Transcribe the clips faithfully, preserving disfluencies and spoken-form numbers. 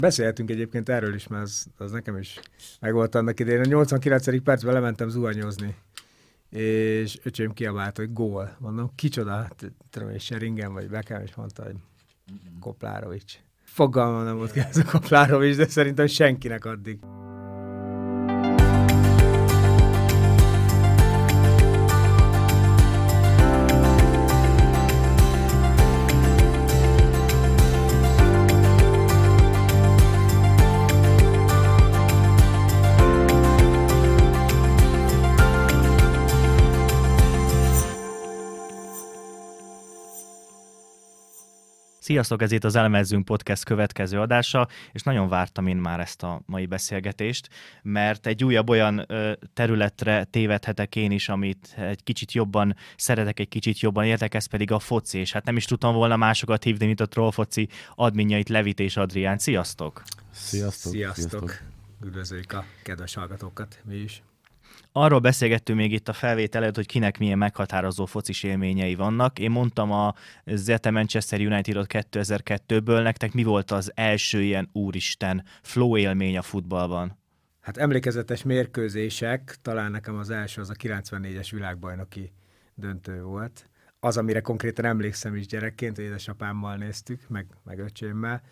Beszélhetünk egyébként erről is, mert az, az nekem is megvolt annak idején. A nyolcvankilencedik percben lementem zuhanyozni, és öcsém kiabált, hogy gól. Mondom, kicsoda? Tudom, és Sheringham vagy Beckham, és mondta, hogy Koplárovics. Fogalmam nem volt ki ez a Koplárovics, de szerintem senkinek addig. Sziasztok, ez itt az Elemezzünk Podcast következő adása, és nagyon vártam én már ezt a mai beszélgetést, mert egy újabb olyan ö, területre tévedhetek én is, amit egy kicsit jobban szeretek, egy kicsit jobban értek, ez pedig a foci, és hát nem is tudtam volna másokat hívni, mint a Trollfoci adminjait, Levit és Adrián. Sziasztok! Sziasztok! Sziasztok! Üdvözöljük a kedves hallgatókat, mi is. Arról beszélgettünk még itt a felvétel előtt, hogy kinek milyen meghatározó focis élményei vannak. Én mondtam a Zete Manchester Unitedot kétezer-kettőből, nektek mi volt az első ilyen úristen flow élmény a futballban? Hát emlékezetes mérkőzések, talán nekem az első az a kilencvennégyes világbajnoki döntő volt. Az, amire konkrétan emlékszem is gyerekként, édesapámmal néztük, meg, meg öcsémmel,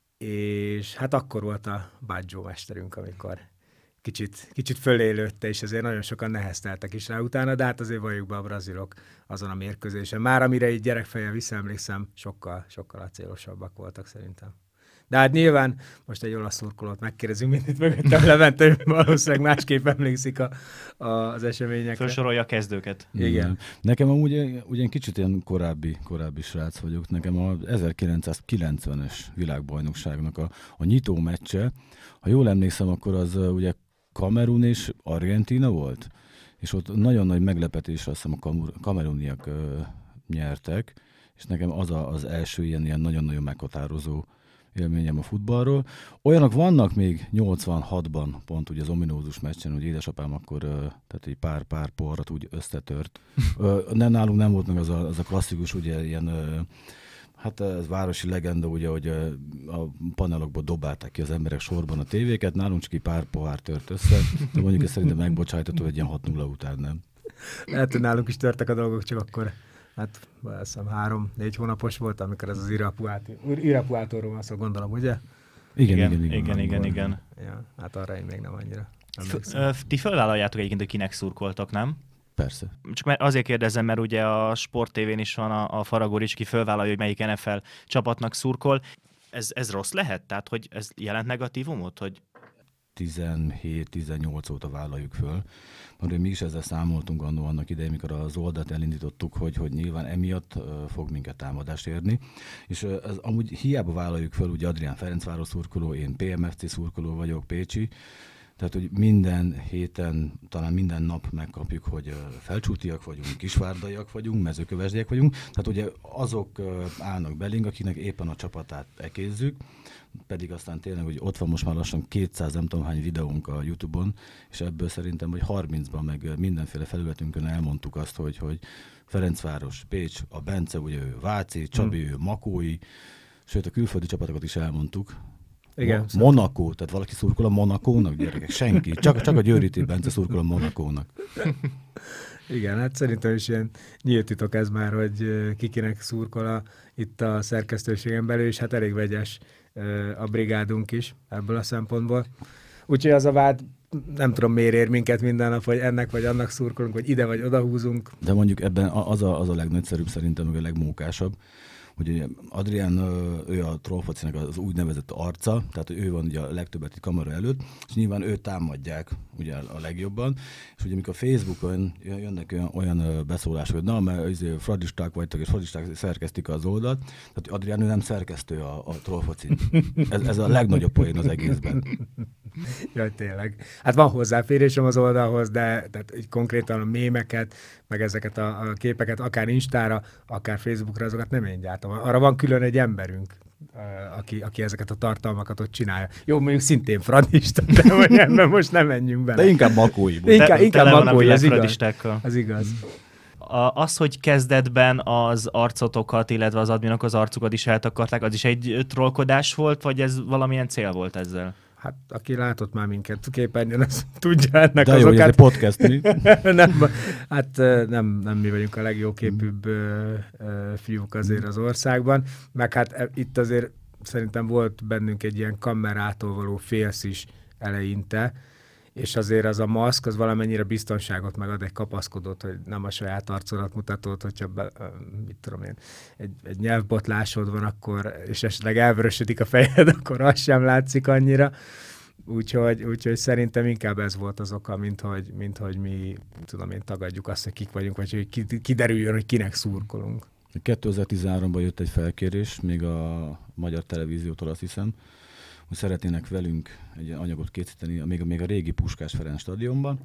és hát akkor volt a Baggio mesterünk, amikor Kicsit, kicsit fölélődte, és azért nagyon sokan nehezteltek is rá utána, de hát azért valljuk be, a brazilok azon a mérkőzésen. Már amire így gyerekfejjel visszaemlékszem, sokkal, sokkal acélosabbak voltak szerintem. De hát nyilván most egy olasz szurkolót megkérdezünk, mint itt mögöttem Levent, hogy valószínűleg másképp emlékszik a, a, az eseményekre. Felsorolja a kezdőket. Igen. Nekem amúgy ugyan kicsit ilyen korábbi, korábbi srác vagyok. Nekem a ezerkilencszázkilencvenes világbajnokságnak a, a nyitó meccse, ha jól emlékszem, akkor az ugye Kamerun és Argentína volt, és ott nagyon nagy meglepetésre azt hiszem a kameruniak ö, nyertek, és nekem az a, az első ilyen, ilyen nagyon-nagyon meghatározó élményem a futballról. Olyanok vannak még nyolcvanhatban, pont ugye az ominózus meccsen, hogy édesapám akkor ö, tehát egy pár, pár porrat úgy összetört. Ö, nem, nálunk nem volt meg az a, az a klasszikus, ugye ilyen ö, hát ez városi legenda, ugye, hogy a panelokból dobálták ki az emberek sorban a tévéket, nálunk csak egy pár pohár tört össze, de mondjuk ezt szerintem megbocsájtható egy ilyen hat nulla után, nem? Lehet, hogy nálunk is törtek a dolgok, csak akkor hát azt hiszem három-négy hónapos volt, amikor ez az Irapuátóról van szó, gondolom, ugye? Igen, igen, igen, igen. igen, igen, igen. Ja, hát arra én még nem annyira. F- ti felvállaljátok egyébként, hogy kinek szurkoltak, nem? Persze. Csak mert azért kérdezem, mert ugye a Sport té vén is van a, a Faragó is, ki fölvállalja, hogy melyik en ef el csapatnak szurkol. Ez, ez rossz lehet? Tehát, hogy ez jelent negatívumot? Hogy tizenhét-tizennyolc óta vállaljuk föl. Mert mi is ezzel számoltunk annó annak idején, mikor az oldalt elindítottuk, hogy, hogy nyilván emiatt uh, fog minket támadást érni. És uh, ez amúgy hiába vállaljuk föl, ugye Adrián Ferencváros szurkoló, én pé em ef cé szurkoló vagyok, pécsi. Tehát, hogy minden héten, talán minden nap megkapjuk, hogy felcsútiak vagyunk, kisvárdaiak vagyunk, mezőkövesdiek vagyunk. Tehát ugye azok állnak belénk, akiknek éppen a csapatát ekézzük, pedig aztán tényleg, hogy ott van most már lassan kétszáz nem tudom hány videónk a YouTube-on, és ebből szerintem, hogy harmincban meg mindenféle felületünkön elmondtuk azt, hogy, hogy Ferencváros, Pécs, a Bence, ugye ő Váci, Csabi, hmm. ő Makói, sőt a külföldi csapatokat is elmondtuk. Igen, Mo- Monaco, tehát valaki szurkol a Monacónak, gyerekek? Senki. Csak, csak a Győri Bence szurkol a Monacónak. Igen, hát szerintem is ilyen nyílt titok ez már, hogy kikinek szurkol a, itt a szerkesztőségen belül, és hát elég vegyes a brigádunk is ebből a szempontból. Úgyhogy az a vád, nem tudom miért ér minket minden nap, hogy ennek vagy annak szurkolunk, vagy ide vagy oda húzunk. De mondjuk ebben az a, az a legnagyszerűbb szerintem, meg a legmókásabb, hogy ugye Adrián, ő a Trollfocinak az úgynevezett arca, tehát ő van ugye a legtöbbet itt kamera előtt, és nyilván őt támadják ugye a legjobban, és ugye amikor Facebookon jönnek olyan, olyan beszólások, hogy na, mert fradisták vagytok, és fradisták szerkesztik az oldalt, tehát Adrián ő nem szerkesztő a, a Trollfocin. Ez, ez a legnagyobb poén az egészben. Jaj, tényleg. Hát van hozzáférésem az oldalhoz, de tehát konkrétan a mémeket, meg ezeket a, a képeket, akár Instára, akár Facebookra, azokat nem én gyártom. Arra van külön egy emberünk, aki, aki ezeket a tartalmakat ott csinálja. Jó, mondjuk szintén fradista, de hogy ebben most nem menjünk bele. De inkább Makói. Inkább, inkább Makói, ez igaz. Az igaz. a, az, hogy kezdetben az arcotokat, illetve az adminok az arcukat is eltakarták, az is egy trollkodás volt, vagy ez valamilyen cél volt ezzel? Hát aki látott már minket képernyőn, az tudja ennek De azokat. jó, ez egy podcast, mi? nem, hát nem, nem mi vagyunk a legjóképűbb ö, ö, fiúk azért az országban, meg hát itt azért szerintem volt bennünk egy ilyen kamerától való félsz is eleinte, és azért az a maszk, az valamennyire biztonságot megad, egy kapaszkodót, hogy nem a saját arcodat mutatod, hogyha be, mit tudom én, egy, egy nyelvbotlásod van, akkor, és esetleg elvörösödik a fejed, akkor az sem látszik annyira. Úgyhogy, úgyhogy szerintem inkább ez volt az oka, mint hogy, mint hogy mi, tudom én, tagadjuk azt, hogy kik vagyunk, vagy hogy kiderüljön, hogy kinek szurkolunk. kétezer-tizenháromban jött egy felkérés, még a Magyar Televíziótól azt hiszem, hogy szeretnének velünk egy anyagot készíteni, még, még a régi Puskás Ferenc stadionban,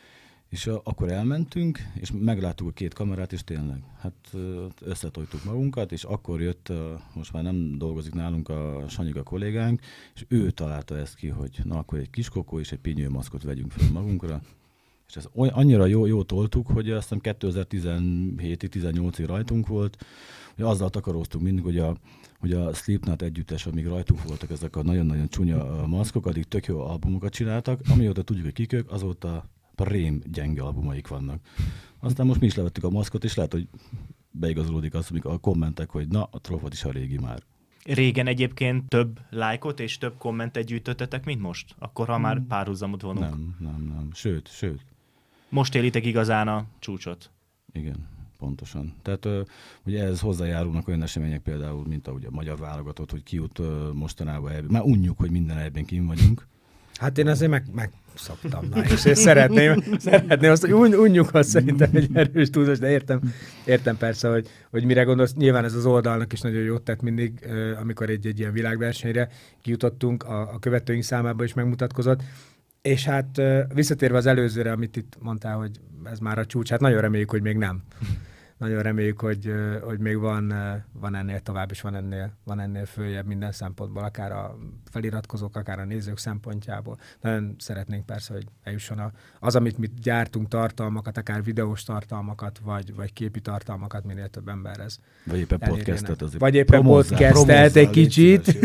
és a, akkor elmentünk, és megláttuk a két kamerát, és tényleg, hát összetojtuk magunkat, és akkor jött, most már nem dolgozik nálunk a Sanyika kollégánk, és ő találta ezt ki, hogy na akkor egy kiskokó és egy pinyőmaszkot vegyünk fel magunkra, és ezt annyira jó, jó toltuk, hogy aztán kétezer-tizenhétig tizennyolcig rajtunk volt, hogy azzal takaróztunk mindig, hogy a, hogy a Slipknot együttes, amíg rajtunk voltak ezek a nagyon-nagyon csúnya maszkok, addig tök jó albumokat csináltak, amióta tudjuk, hogy kik ők, azóta prém gyenge albumaik vannak. Aztán most mi is levettük a maszkot, és lehet, hogy beigazolódik az, amikor a kommentek, hogy na, a Trollfot is a régi már. Régen egyébként több lájkot és több kommentet gyűjtöttetek, mint most? Akkor, ha hmm. már párhuzamot vonunk. Nem, nem, nem. Sőt, sőt. Most élitek igazán a csúcsot. Igen, pontosan. Tehát uh, ugye ehhez hozzájárulnak olyan események például, mint ahogy a magyar válogatott, hogy kijut uh, mostanában ebben. Már unjuk, hogy minden ebben kim vagyunk. Hát én azért meg, megszoktam már, és én szeretném, szeretném azt, hogy un, unjuk azt szerintem egy erős túlzás, de értem, értem persze, hogy, hogy mire gondolsz. Nyilván ez az oldalnak is nagyon jót tett mindig, amikor egy, egy ilyen világversenyre kijutottunk, a, a követőink számában is megmutatkozott. És hát visszatérve az előzőre, amit itt mondtál, hogy ez már a csúcs, hát nagyon reméljük, hogy még nem. Nagyon reméljük, hogy, hogy még van, van ennél tovább, és van ennél, van ennél följebb minden szempontból, akár a feliratkozók, akár a nézők szempontjából. Nagyon szeretnénk persze, hogy eljusson a, az, amit mi gyártunk, tartalmakat, akár videós tartalmakat, vagy, vagy képi tartalmakat minél több emberhez. Vagy éppen podcastet azért. Vagy éppen podcastet egy kicsit.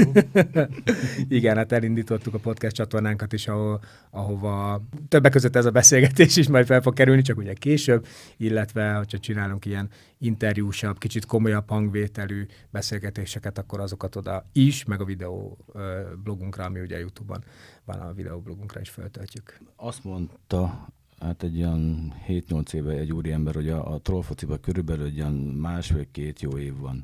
Igen, hát elindítottuk a podcast csatornánkat is, ahol, ahova többek között ez a beszélgetés is majd fel fog kerülni, csak ugye később, illetve, hogyha csinálunk ilyen interjúsabb, kicsit komolyabb hangvételű beszélgetéseket, akkor azokat oda is, meg a videó blogunkra, ami ugye YouTube-on van, a videoblogunkra is feltöltjük. Azt mondta, hát egy ilyen hét-nyolc éve egy úriember, hogy a, a trollfociban körülbelül egy ilyen másfél-két jó év van.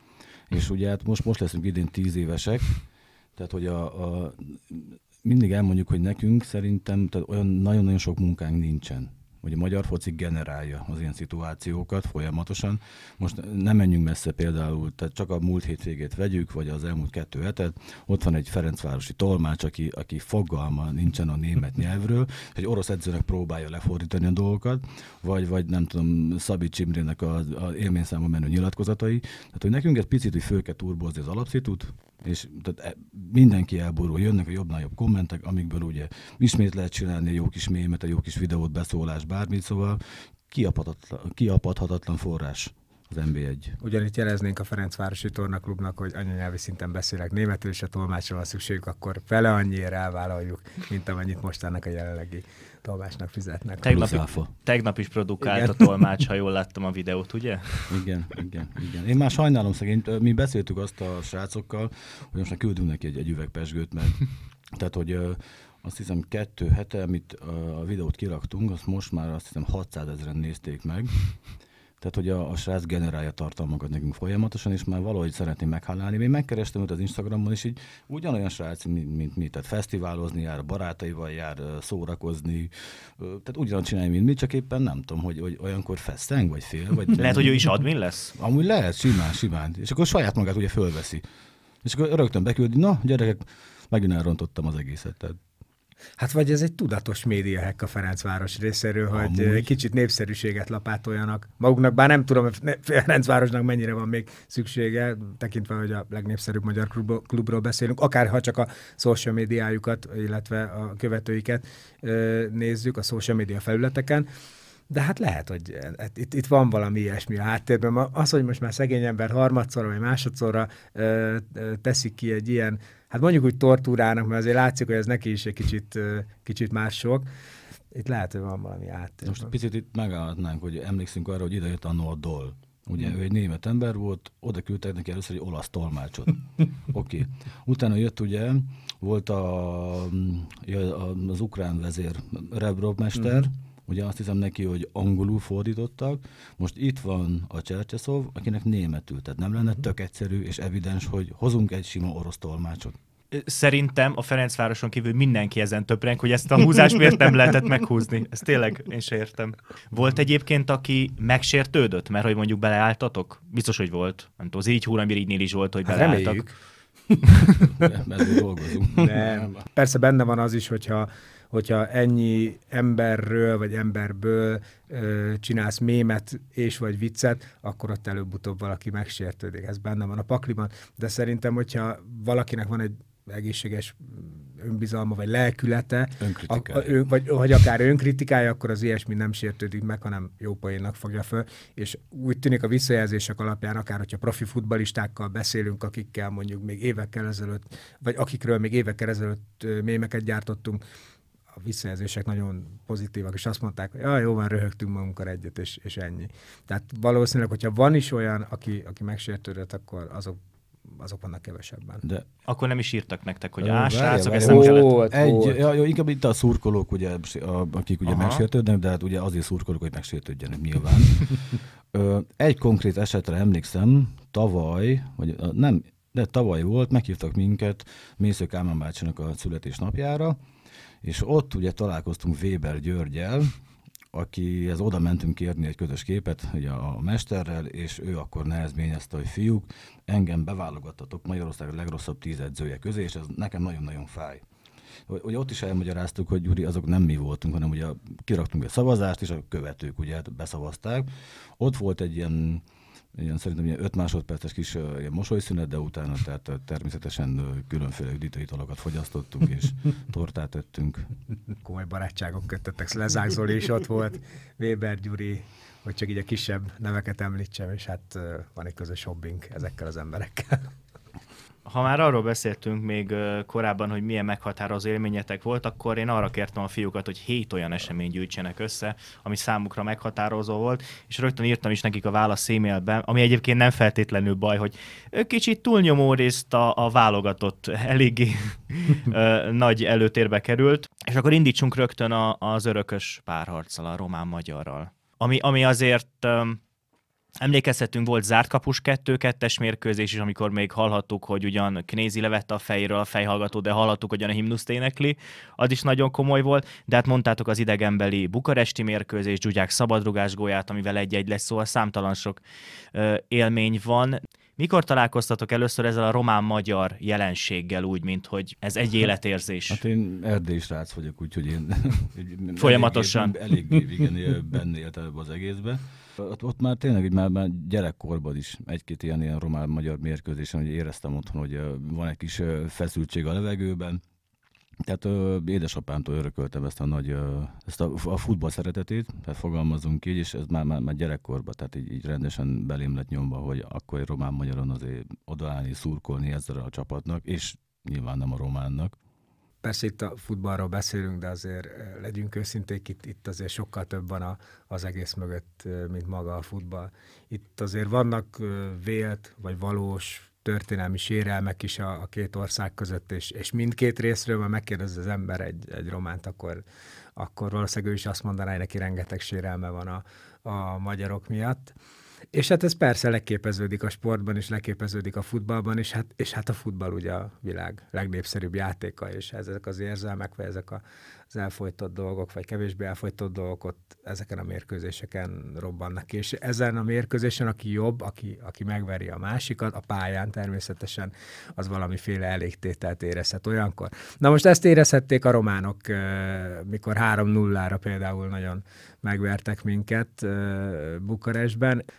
És ugye hát most, most leszünk idén tíz évesek, tehát hogy a, a, mindig elmondjuk, hogy nekünk szerintem tehát olyan nagyon-nagyon sok munkánk nincsen. Hogy a magyar foci generálja az ilyen szituációkat folyamatosan. Most nem menjünk messze például, tehát csak a múlt hétvégét vegyük, vagy az elmúlt kettő hetet, ott van egy ferencvárosi tolmács, aki, aki fogalma nincsen a német nyelvről, egy orosz edzőnek próbálja lefordítani a dolgokat, vagy, vagy nem tudom, Szabics Imrének az élményszámon menő nyilatkozatai. Tehát, hogy nekünk egy picit, hogy föl kell turbózni az alapszitut, és tehát mindenki elborul, jönnek a jobbnál jobb kommentek, amikből ugye ismét lehet csinálni egy jó kis mémet, egy jó kis videót, beszólás, bármit, szóval kiapadhatatlan, kiapadhatatlan forrás az en bé egy. Ugyanitt jeleznénk a Ferencvárosi Tornaklubnak, hogy anyanyelvi szinten beszélek németül, és a tolmácsra van szükségük, akkor fele annyiért elvállaljuk, mint amennyit mostannak a jelenlegi tolmácsnak fizetnek. Tegnap, tegnap is produkált igen. A tolmács, ha jól láttam a videót, ugye? Igen, igen, igen. Én már sajnálom szegény, mi beszéltük azt a srácokkal, hogy most már küldünk neki egy, egy üvegpezsgőt, mert tehát, hogy azt hiszem kettő hete, amit a videót kiraktunk, azt most már azt hiszem hatszázezren nézték meg. Tehát, hogy a, a srác generálja tartalmakat nekünk folyamatosan, és már valahogy szeretném meghallani. Én megkerestem őt az Instagramon, és így ugyanolyan srác, mint, mint mi. Tehát fesztiválozni jár, barátaival jár, szórakozni. Tehát ugyanaz csinálni, mint mi, csak éppen nem tudom, hogy, hogy olyankor feszeng, vagy fél. Vagy lehet, hogy ő is admin lesz? Amúgy lehet, simán, simán. És akkor saját magát ugye fölveszi. És akkor rögtön beküldi, na gyerekek, megint elrontottam az egészet. Tehát hát vagy ez egy tudatos médiahack a Ferencváros részéről, hogy amúgy kicsit népszerűséget lapátoljanak maguknak, bár nem tudom, hogy Ferencvárosnak mennyire van még szüksége, tekintve, hogy a legnépszerűbb magyar klubról beszélünk, akár ha csak a social médiájukat, illetve a követőiket nézzük a social média felületeken, De hát lehet, hogy itt, itt van valami ilyesmi a háttérben. Az, hogy most már szegény ember harmadszorra vagy másodszorra ö, ö, teszik ki egy ilyen, hát mondjuk úgy tortúrának, mert azért látszik, hogy ez neki is egy kicsit, ö, kicsit más sok. Itt lehet, hogy van valami háttérben. Most picit itt megállhatnánk, hogy emlékszünk arra, hogy ide jött annó a Doll. Ugye ő egy német ember volt, oda küldtek neki először egy olasz tolmácsot. Oké. Okay. Utána jött ugye, volt a, az ukrán vezér, Rebrov mester, mm. ugye azt hiszem neki, hogy angolul fordítottak. Most itt van a Csercseszov, akinek németül. Tehát nem lenne tök egyszerű és evidens, hogy hozunk egy sima orosz tolmácsot. Szerintem a Ferencvároson kívül mindenki ezen töprenk, hogy ezt a húzást miért nem lehetett meghúzni. Ezt tényleg én se értem. Volt egyébként, aki megsértődött, mert hogy mondjuk beleálltatok? Biztos, hogy volt. Nem tudom, az így húr, amire így is volt, hogy beleálltak. Ezért dolgozunk. Nem. Persze benne van az is, hogyha hogyha ennyi emberről vagy emberből ö, csinálsz mémet és vagy viccet, akkor ott előbb-utóbb valaki megsértődik. Ez benne van a pakliban. De szerintem, hogyha valakinek van egy egészséges önbizalma, vagy lelkülete, a, a, ön, vagy, vagy akár önkritikája, akkor az ilyesmi nem sértődik meg, hanem jó poénnak fogja föl. És úgy tűnik a visszajelzések alapján, akár hogyha profi futballistákkal beszélünk, akikkel mondjuk még évekkel ezelőtt, vagy akikről még évekkel ezelőtt mémeket gyártottunk, a visszajelzések nagyon pozitívak, és azt mondták, hogy ja, jó van, röhögtünk magunkkal egyet, és, és ennyi. Tehát valószínűleg, hogyha van is olyan, aki, aki megsértődött, akkor azok azok vannak kevesebben. De akkor nem is írtak nektek, hogy á, srácok, ezt nem kellett. Egy, ja, jó, inkább itt a szurkolók, ugye, akik ugye megsértődnek, de hát ugye azért szurkolók, hogy megsértődjenek nyilván. Egy konkrét esetre emlékszem, tavaly, vagy nem, de tavaly volt, meghívtak minket Mésző Kálmán bácsinak a születésnapjára, és ott ugye találkoztunk Weber Györgyel, akihez oda mentünk kérni egy közös képet ugye a mesterrel, és ő akkor nehezményezte, hogy fiúk, engem beválogattatok Magyarország a legrosszabb tíz edzője közé, és ez nekem nagyon-nagyon fáj. Ugye ott is elmagyaráztuk, hogy Gyuri, azok nem mi voltunk, hanem ugye kiraktunk egy szavazást, és a követők ugye beszavazták. Ott volt egy ilyen ilyen szerintem ilyen öt másodperces kis uh, ilyen mosolyszünet, de utána tehát uh, természetesen uh, különféle üdítő italokat fogyasztottunk, és tortát ettünk. Komoly barátságok kötöttek, Lezák Zoli is ott volt, Weber Gyuri, hogy csak így a kisebb neveket említsem, és hát uh, van egy közös hobbink ezekkel az emberekkel. Ha már arról beszéltünk még korábban, hogy milyen meghatározó élményetek volt, akkor én arra kértem a fiúkat, hogy hét olyan eseményt gyűjtsenek össze, ami számukra meghatározó volt, és rögtön írtam is nekik a válasz e-mailben, ami egyébként nem feltétlenül baj, hogy kicsit túlnyomó részt a, a válogatott eléggé nagy előtérbe került, és akkor indítsunk rögtön a, az örökös párharccal, a román-magyarral. Ami, ami azért... Emlékezhetünk, volt zártkapus kettő-kettes mérkőzés is, amikor még hallhattuk, hogy ugyan Knézi levette a fejéről a fejhallgató, de hallhattuk, hogy a himnuszt énekli. Az is nagyon komoly volt, de hát mondtátok az idegenbeli bukaresti mérkőzés, Gyugyák szabadrugás gólját, amivel egy-egy lesz, szóval számtalan sok ö, élmény van. Mikor találkoztatok először ezzel a román-magyar jelenséggel úgy, mint hogy ez egy életérzés? Hát én erdélyi srác vagyok, úgyhogy én folyamatosan elég, elég igen, benne éltem az egészben. Ott, ott már tényleg már, már gyerekkorban is egy-két ilyen, ilyen román-magyar mérkőzésen, hogy éreztem otthon, hogy van egy kis feszültség a levegőben. Tehát ö, édesapámtól örököltem ezt a nagy, ö, ezt a, a futball szeretetét, tehát fogalmazunk így, és ez már, már, már gyerekkorban, tehát így, így rendesen belém lett nyomva, hogy akkor egy román-magyaron azért odaállni, szurkolni ezzel a csapatnak, és nyilván nem a románnak. Persze itt a futballról beszélünk, de azért legyünk őszinték, itt, itt azért sokkal több van a, az egész mögött, mint maga a futball. Itt azért vannak vélt vagy valós történelmi sérelmek is a, a két ország között, és, és mindkét részről, mert megkérdez az ember egy, egy románt, akkor, akkor valószínűleg ő is azt mondaná, hogy neki rengeteg sérelme van a, a magyarok miatt. És hát ez persze leképeződik a sportban, és leképeződik a futballban, és hát, és hát a futball ugye a világ legnépszerűbb játéka, és ezek az érzelmek, vagy ezek az elfojtott dolgok, vagy kevésbé elfojtott dolgok ott ezeken a mérkőzéseken robbannak ki. És ezen a mérkőzésen, aki jobb, aki, aki megveri a másikat, a pályán természetesen, az valamiféle elégtételt érezhet olyankor. Na most ezt érezhették a románok, mikor három nullára például nagyon megvertek minket Bukarestben.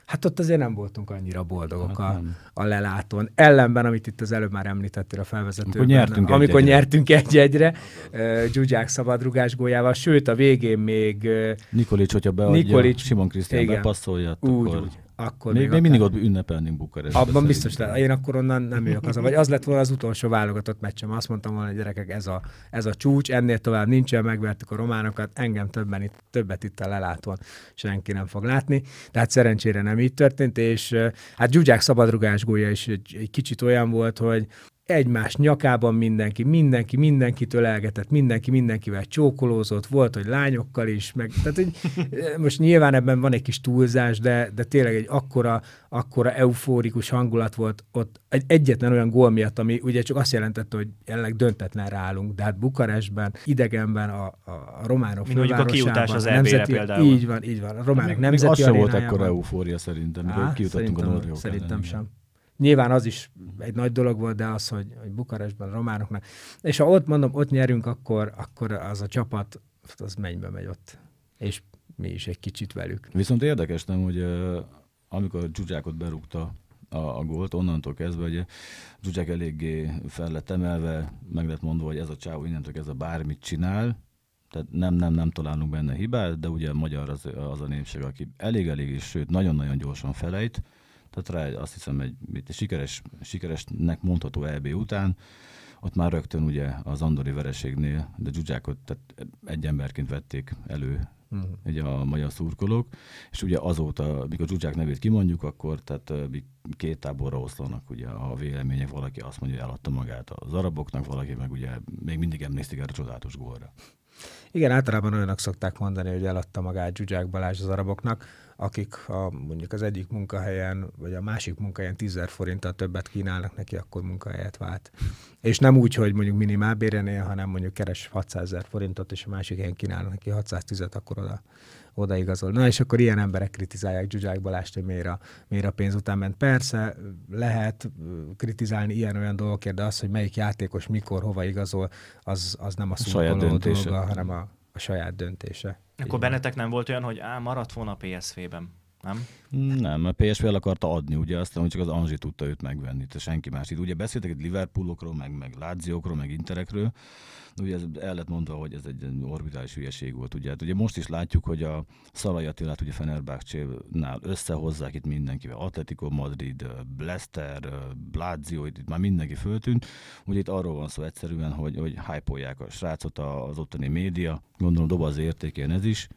Hát ott azért nem voltunk annyira boldogok hát a, a lelátón. Ellenben, amit itt az előbb már említettél a felvezetőben. Amikor nyertünk amikor egy nyertünk egy-egyre, uh, Zsuzsák szabadrugás góljával, sőt a végén még... Uh, Nikolics, hogyha beadja, Nikolics, Simon Krisztián bepasszolja, úgy, akkor... Úgy. Akkor még, még mindig ott ünnepelnénk Bukarestben. Abban biztos lehet. Én akkor onnan nem jövök haza. Vagy az lett volna az utolsó válogatott meccsem. Azt mondtam volna, hogy gyerekek, ez a, ez a csúcs, ennél tovább nincsen, megvertük a románokat, engem többen itt, többet itt a lelátón senki nem fog látni. Tehát szerencsére nem így történt, és hát Zsuzsák szabadrugás gólja is egy, egy kicsit olyan volt, hogy egymás nyakában mindenki, mindenki, mindenkit ölelgetett, mindenki mindenkivel csókolózott, volt, hogy lányokkal is, meg, tehát hogy most nyilván ebben van egy kis túlzás, de, de tényleg egy akkora, akkora eufórikus hangulat volt ott egy, egyetlen olyan gól miatt, ami ugye csak azt jelentette, hogy jelenleg döntetlenre állunk, de hát Bukarestben, idegenben, a, a, a románok fővárosában. Mondjuk a kiutás az é bé-re például. Így van, így van. A románok még, nemzeti még az arénájában. sem volt ekkora eufória szerintem, mikor kijutottunk a Nordiók Szerintem ellen, sem. Nyilván az is egy nagy dolog volt, de az, hogy, hogy Bukarestben a románoknak. És ha ott mondom, ott nyerünk, akkor, akkor az a csapat, az mennybe megy ott. És mi is egy kicsit velük. Viszont érdekes nem, hogy uh, amikor Zsuzsákot berúgta a, a gólt, onnantól kezdve, hogy Zsuzsák eléggé fel lett emelve, meg lett mondva, hogy ez a csávó innentől kezdve bármit csinál, tehát nem, nem, nem találunk benne hibát, de ugye a magyar az, az a népség, aki elég-elég is, sőt, nagyon-nagyon gyorsan felejt. Tehát rá azt hiszem, egy, egy sikeres, sikeresnek mondható é bé után, ott már rögtön ugye az andori vereségnél, de Zsuzsákot tehát egy emberként vették elő uh-huh. ugye a magyar szurkolók, és ugye azóta, mikor Zsuzsák nevét kimondjuk, akkor tehát két táborra oszlanak ugye a vélemények, valaki azt mondja, hogy eladta magát az araboknak, valaki meg ugye még mindig emlékszik erre a csodálatos gólra. Igen, általában olyanok szokták mondani, hogy eladta magát Zsuzsák Balázs az araboknak, akik a, mondjuk az egyik munkahelyen, vagy a másik munkahelyen tízezer forinttal többet kínálnak neki, akkor munkahelyet vált. És nem úgy, hogy mondjuk minimálbérenél, hanem mondjuk keres hatszázezer forintot, és a másik helyen kínálnak neki hatszáztízet, akkor oda, oda igazol. Na és akkor ilyen emberek kritizálják Zsuzsák Balást, hogy miért a, miért a pénz után ment. Persze lehet kritizálni ilyen-olyan dolgokért, de az, hogy melyik játékos mikor, hova igazol, az, az nem a szurkoló dolga, hanem a, a saját döntése. Akkor bennetek nem volt olyan, hogy á, maradt volna a pé es vé-ben, nem? Nem, a pé es vé el akarta adni, ugye aztán, hogy csak az Anzsi tudta őt megvenni, tehát senki más. Itt ugye beszéltek itt Liverpoolokról, meg, meg Láziókról, meg Interekről, ugye ez el lett mondva, hogy ez egy orbitális hülyeség volt. Ugye, hát ugye most is látjuk, hogy a Szalai Attilát ugye Fenerbahce-nál összehozzák itt mindenkivel. Atletico Madrid, Leicester, Lazio, itt már mindenki föltűnt. Ugye itt arról van szó egyszerűen, hogy, hogy hype-olják a srácot az ottani média. Gondolom dob az értékén ez is.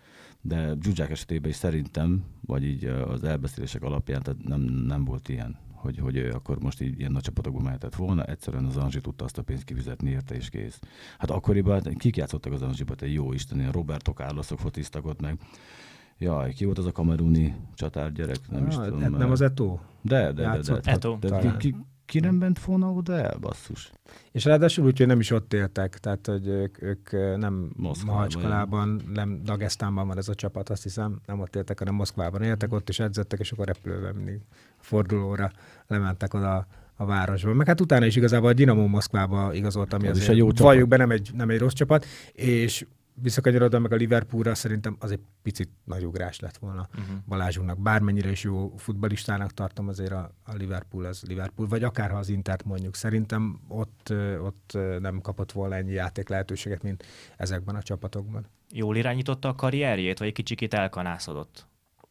De Zsuzsák esetében is szerintem, vagy így az elbeszélések alapján, tehát nem, nem volt ilyen, hogy, hogy akkor most így ilyen nagy csapatokban mehetett volna, egyszerűen az Anzsi tudta azt a pénzt kifizetni érte és kész. Hát akkoriban kik játszottak az Anzsibat, egy jó isten, ilyen Roberto Carlosok fociztak ott meg. Jaj, ki volt az a kameruni csatárgyerek? Nem ah, is tudom. Nem az Eto'o? De, de, de. de, de Eto'o. de, de ki, ki nem bent volna oda el, basszus? És ráadásul úgy, hogy nem is ott éltek, tehát hogy ők, ők nem Mahacsalában, nem Dagestánban van ez a csapat, azt hiszem, nem ott éltek, hanem Moszkvában éltek, ott is edzettek, és akkor repülővel mindig fordulóra lementek oda a városba. Meg hát utána is igazából a Dinamo Moszkvába igazolt, ami az azért, valljuk be, nem egy, nem egy rossz csapat, és visszakanyarodva meg a Liverpoolra, szerintem az egy picit nagy ugrás lett volna uh-huh. Balázsunknak. Bármennyire is jó futballistának tartom, azért a, a Liverpool az Liverpool, vagy akárha az Intert mondjuk. Szerintem ott, ott nem kapott volna ennyi játék lehetőséget, mint ezekben a csapatokban. Jól irányította a karrierjét, vagy egy kicsikét elkanászodott?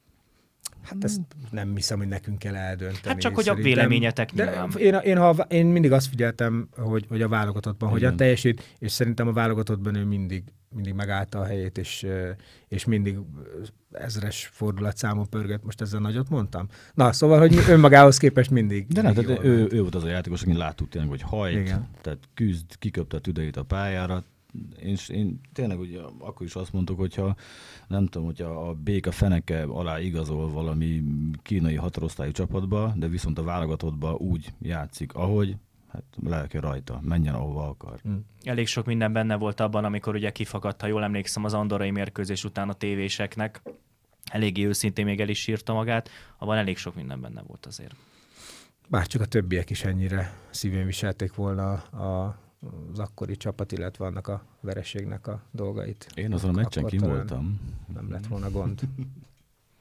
Hát ezt nem hiszem, hogy nekünk kell eldönteni. Hát csak, hogy szerintem. A véleményetek nyilván. Én, én, ha, én mindig azt figyeltem, hogy, hogy a válogatottban hogyan Igen. teljesít, és szerintem a válogatottban ő mindig, mindig megállta a helyét, és, és mindig ezres fordulatszámon pörgött. Most ezzel nagyot mondtam? Na, szóval, hogy önmagához képest mindig. De nem, tehát ő, ő volt az a játékos, aki láttuk tényleg, hogy hajt, Igen. tehát küzd, kiköpte a tüdejét a pályára. Én, én tényleg ugye akkor is azt mondtuk, hogyha nem tudom, hogyha a béka feneke alá igazol valami kínai hatorosztályú csapatba, de viszont a válogatottba úgy játszik, ahogy, hát lelke rajta, menjen ahova akar. Hmm. Elég sok minden benne volt abban, amikor ugye kifakadt, ha jól emlékszem, az andorrai mérkőzés után a tévéseknek. Eléggé őszintén még el is sírta magát, abban elég sok minden benne volt azért. Bárcsak a többiek is ennyire szívén viselték volna a az akkori csapat, illetve annak a vereségnek a dolgait. Én azon a meccsen kim voltam. Nem lett volna gond.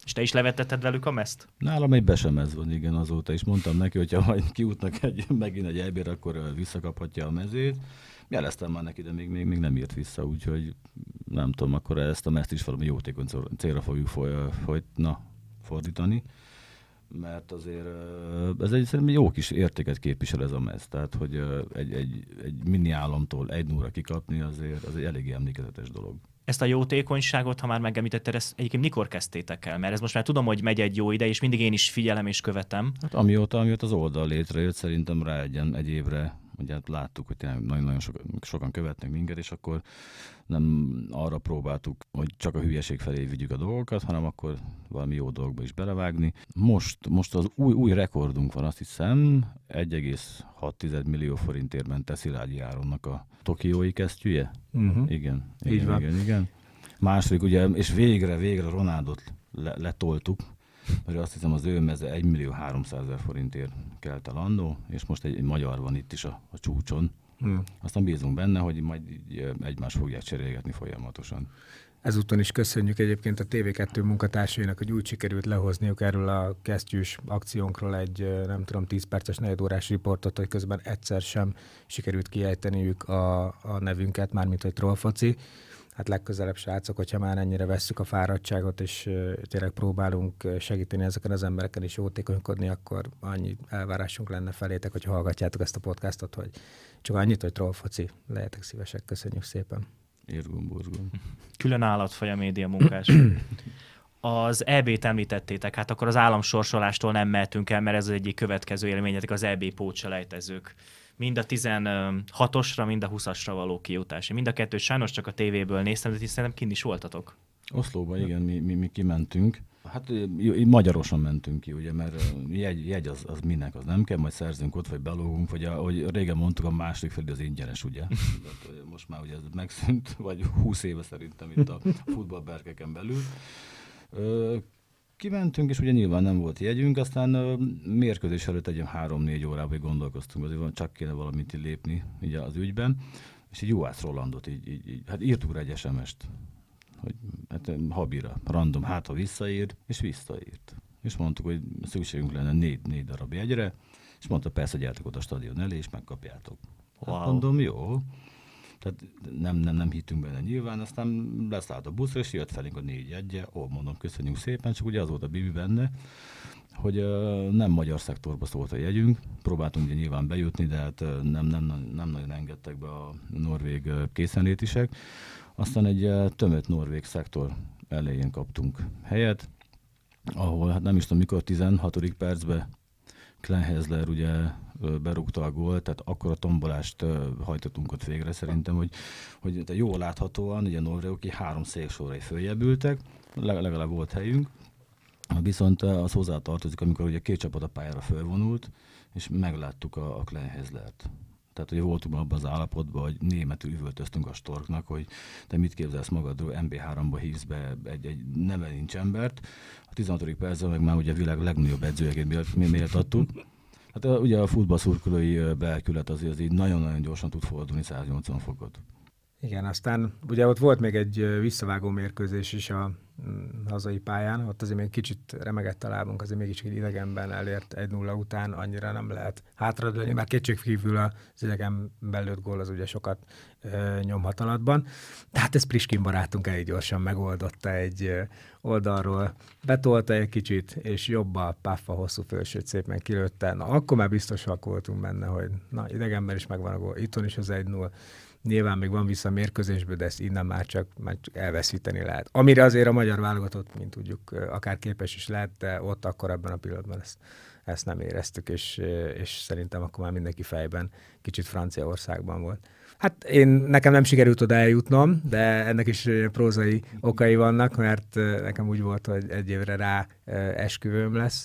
És te is levetetted velük a mezt? Nálam egy besemez van, igen, azóta is mondtam neki, hogyha majd kiútnak egy, megint egy elbér, akkor visszakaphatja a mezét. Jeleztem már neki, de még, még, még nem írt vissza, úgyhogy nem tudom, akkor ezt a mezt is valami jótékony célra fogjuk foly, foly, na, fordítani. Mert azért ez egy szerintem jó kis értéket képvisel ez a mez. Tehát, hogy egy, egy, egy mini államtól egy nulla kikapni azért az egy eléggé emlékezetes dolog. Ezt a jótékonyságot, ha már megemlítetted, ezt egyébként mikor kezdtétek el? Mert ez most már tudom, hogy megy egy jó ide, és mindig én is figyelem és követem. Hát amióta, amióta az oldal létrejött, szerintem rá egy, egy évre, ugye hát láttuk, hogy tényleg nagyon-nagyon sokan, sokan követnek minket, és akkor nem arra próbáltuk, hogy csak a hülyeség felé vigyük a dolgokat, hanem akkor valami jó dolgba is belevágni. Most, most az új, új rekordunk van, azt hiszem, egy egész hat millió forintért ment Szilágyi Áronnak a tokiói kesztyűje. Uh-huh. Igen, igen, Így van. igen, igen. Második, ugye, és végre, végre Ronaldot le, letoltuk, mert azt hiszem az ő meze egy millió háromszázezer forintért kelt el annó, és most egy, egy magyar van itt is a, a csúcson. Hmm. Aztán bízunk benne, hogy majd így egymást fogják cserélgetni folyamatosan. Ezúton is köszönjük egyébként a té vé kettő munkatársainak, hogy úgy sikerült lehozniuk erről a kesztyűs akciónkról egy, nem tudom, tíz perces, negyedórás riportot, hogy közben egyszer sem sikerült kiejteniük a, a nevünket, mármint hogy Trollfoci. Hát legközelebb, srácok, hogyha már ennyire vesszük a fáradtságot, és uh, tényleg próbálunk segíteni ezeken az embereken is jótékonykodni, akkor annyi elvárásunk lenne felétek, hogy hallgatjátok ezt a podcastot, hogy csak annyit, hogy Trollfoci, lehetek szívesek. Köszönjük szépen. Érgum, borzgum. Külön állatfaj a média munkás. Az é bét említettétek, hát akkor az államsorsolástól nem mehetünk el, mert ez az egyik következő élményetek, az é bé pótselejtezők. Mind a tizenhatosra, mind a huszasra való kijutás. Mind a kettőt sajnos csak a tévéből néztem, de szerintem kint is voltatok. Oszlóban, igen, mi, mi, mi kimentünk. Hát így magyarosan mentünk ki, ugye, mert jegy, jegy az, az minek, az nem kell, majd szerzünk ott, vagy belógunk, vagy ahogy régen mondtuk, a második felé az ingyenes, ugye. De most már ugye ez megszűnt, vagy húsz éve szerintem itt a futballberkeken belül. Kimentünk, és ugye nyilván nem volt jegyünk, aztán mérkőzés előtt egy három-négy órában gondolkoztunk, azért csak kéne valamit lépni ugye az ügyben, és így Juhász Rolandot így, így, így, hát írtuk rá egy es em est, hogy hát Habira, random, hát ha visszaír, és visszaírt. És mondtuk, hogy szükségünk lenne négy, négy darab jegyre, és mondta, persze, gyertek oda a stadion elé, és megkapjátok. Wow. Hát mondom, jó. Tehát nem, nem, nem hittünk benne nyilván, aztán leszállt a buszra, és jött felénk a négy jegye. Ó, mondom, köszönjük szépen, csak ugye az volt a bibi benne, hogy uh, nem magyar szektorba szólt a jegyünk. Próbáltunk ugye nyilván bejutni, de hát uh, nem, nem, nem nagyon engedtek be a norvég uh, készenlétisek. Aztán egy uh, tömött norvég szektor elején kaptunk helyet, ahol hát nem is tudom mikor, tizenhatodik percben Klenhezler ugye berúgta a gólt, tehát akkora tombolást hajtottunk ott végre szerintem, hogy, hogy jól láthatóan, ugye norvégok ki három széksorra följebb ültek, legalább volt helyünk, viszont az hozzá tartozik, amikor ugye két csapat a pályára fölvonult, és megláttuk a, a Klenhezlert. Tehát, hogy voltunk abban az állapotban, hogy németül üvöltöztünk a Storknak, hogy te mit képzelsz magadról, em bé háromba hívsz be egy, egy neve nincs embert. A tizenhatodik percben meg már ugye a világ legnagyobb edzőjeként méltattuk. Hát ugye a futballszurkolói belkület azért az így nagyon-nagyon gyorsan tud fordulni száznyolcvan fokot. Igen, aztán ugye ott volt még egy visszavágó mérkőzés is a hazai pályán, ott azért még kicsit remegett a lábunk, azért mégis egy idegenben elért egy nulla után, annyira nem lehet hátradőlni, már kétségkívül az idegenben lőtt gól az ugye sokat ö, nyomhat alatban. Tehát ez Priskin barátunk elég gyorsan megoldotta egy ö, oldalról, betolta egy kicsit, és jobba paffa hosszú fölsőt szépen kilőtte. Na akkor már biztosak voltunk benne, hogy na idegenben is megvan a gól, itthon is az egy nulla. Nyilván még van vissza a mérkőzésből, de ezt innen már csak, már csak elveszíteni lehet. Amire azért a magyar válogatott, mint tudjuk, akár képes is lehet, de ott akkor ebben a pillanatban ezt, ezt nem éreztük, és, és szerintem akkor már mindenki fejben kicsit Franciaországban volt. Hát én, nekem nem sikerült oda eljutnom, de ennek is prózai okai vannak, mert nekem úgy volt, hogy egy évre rá esküvőm lesz,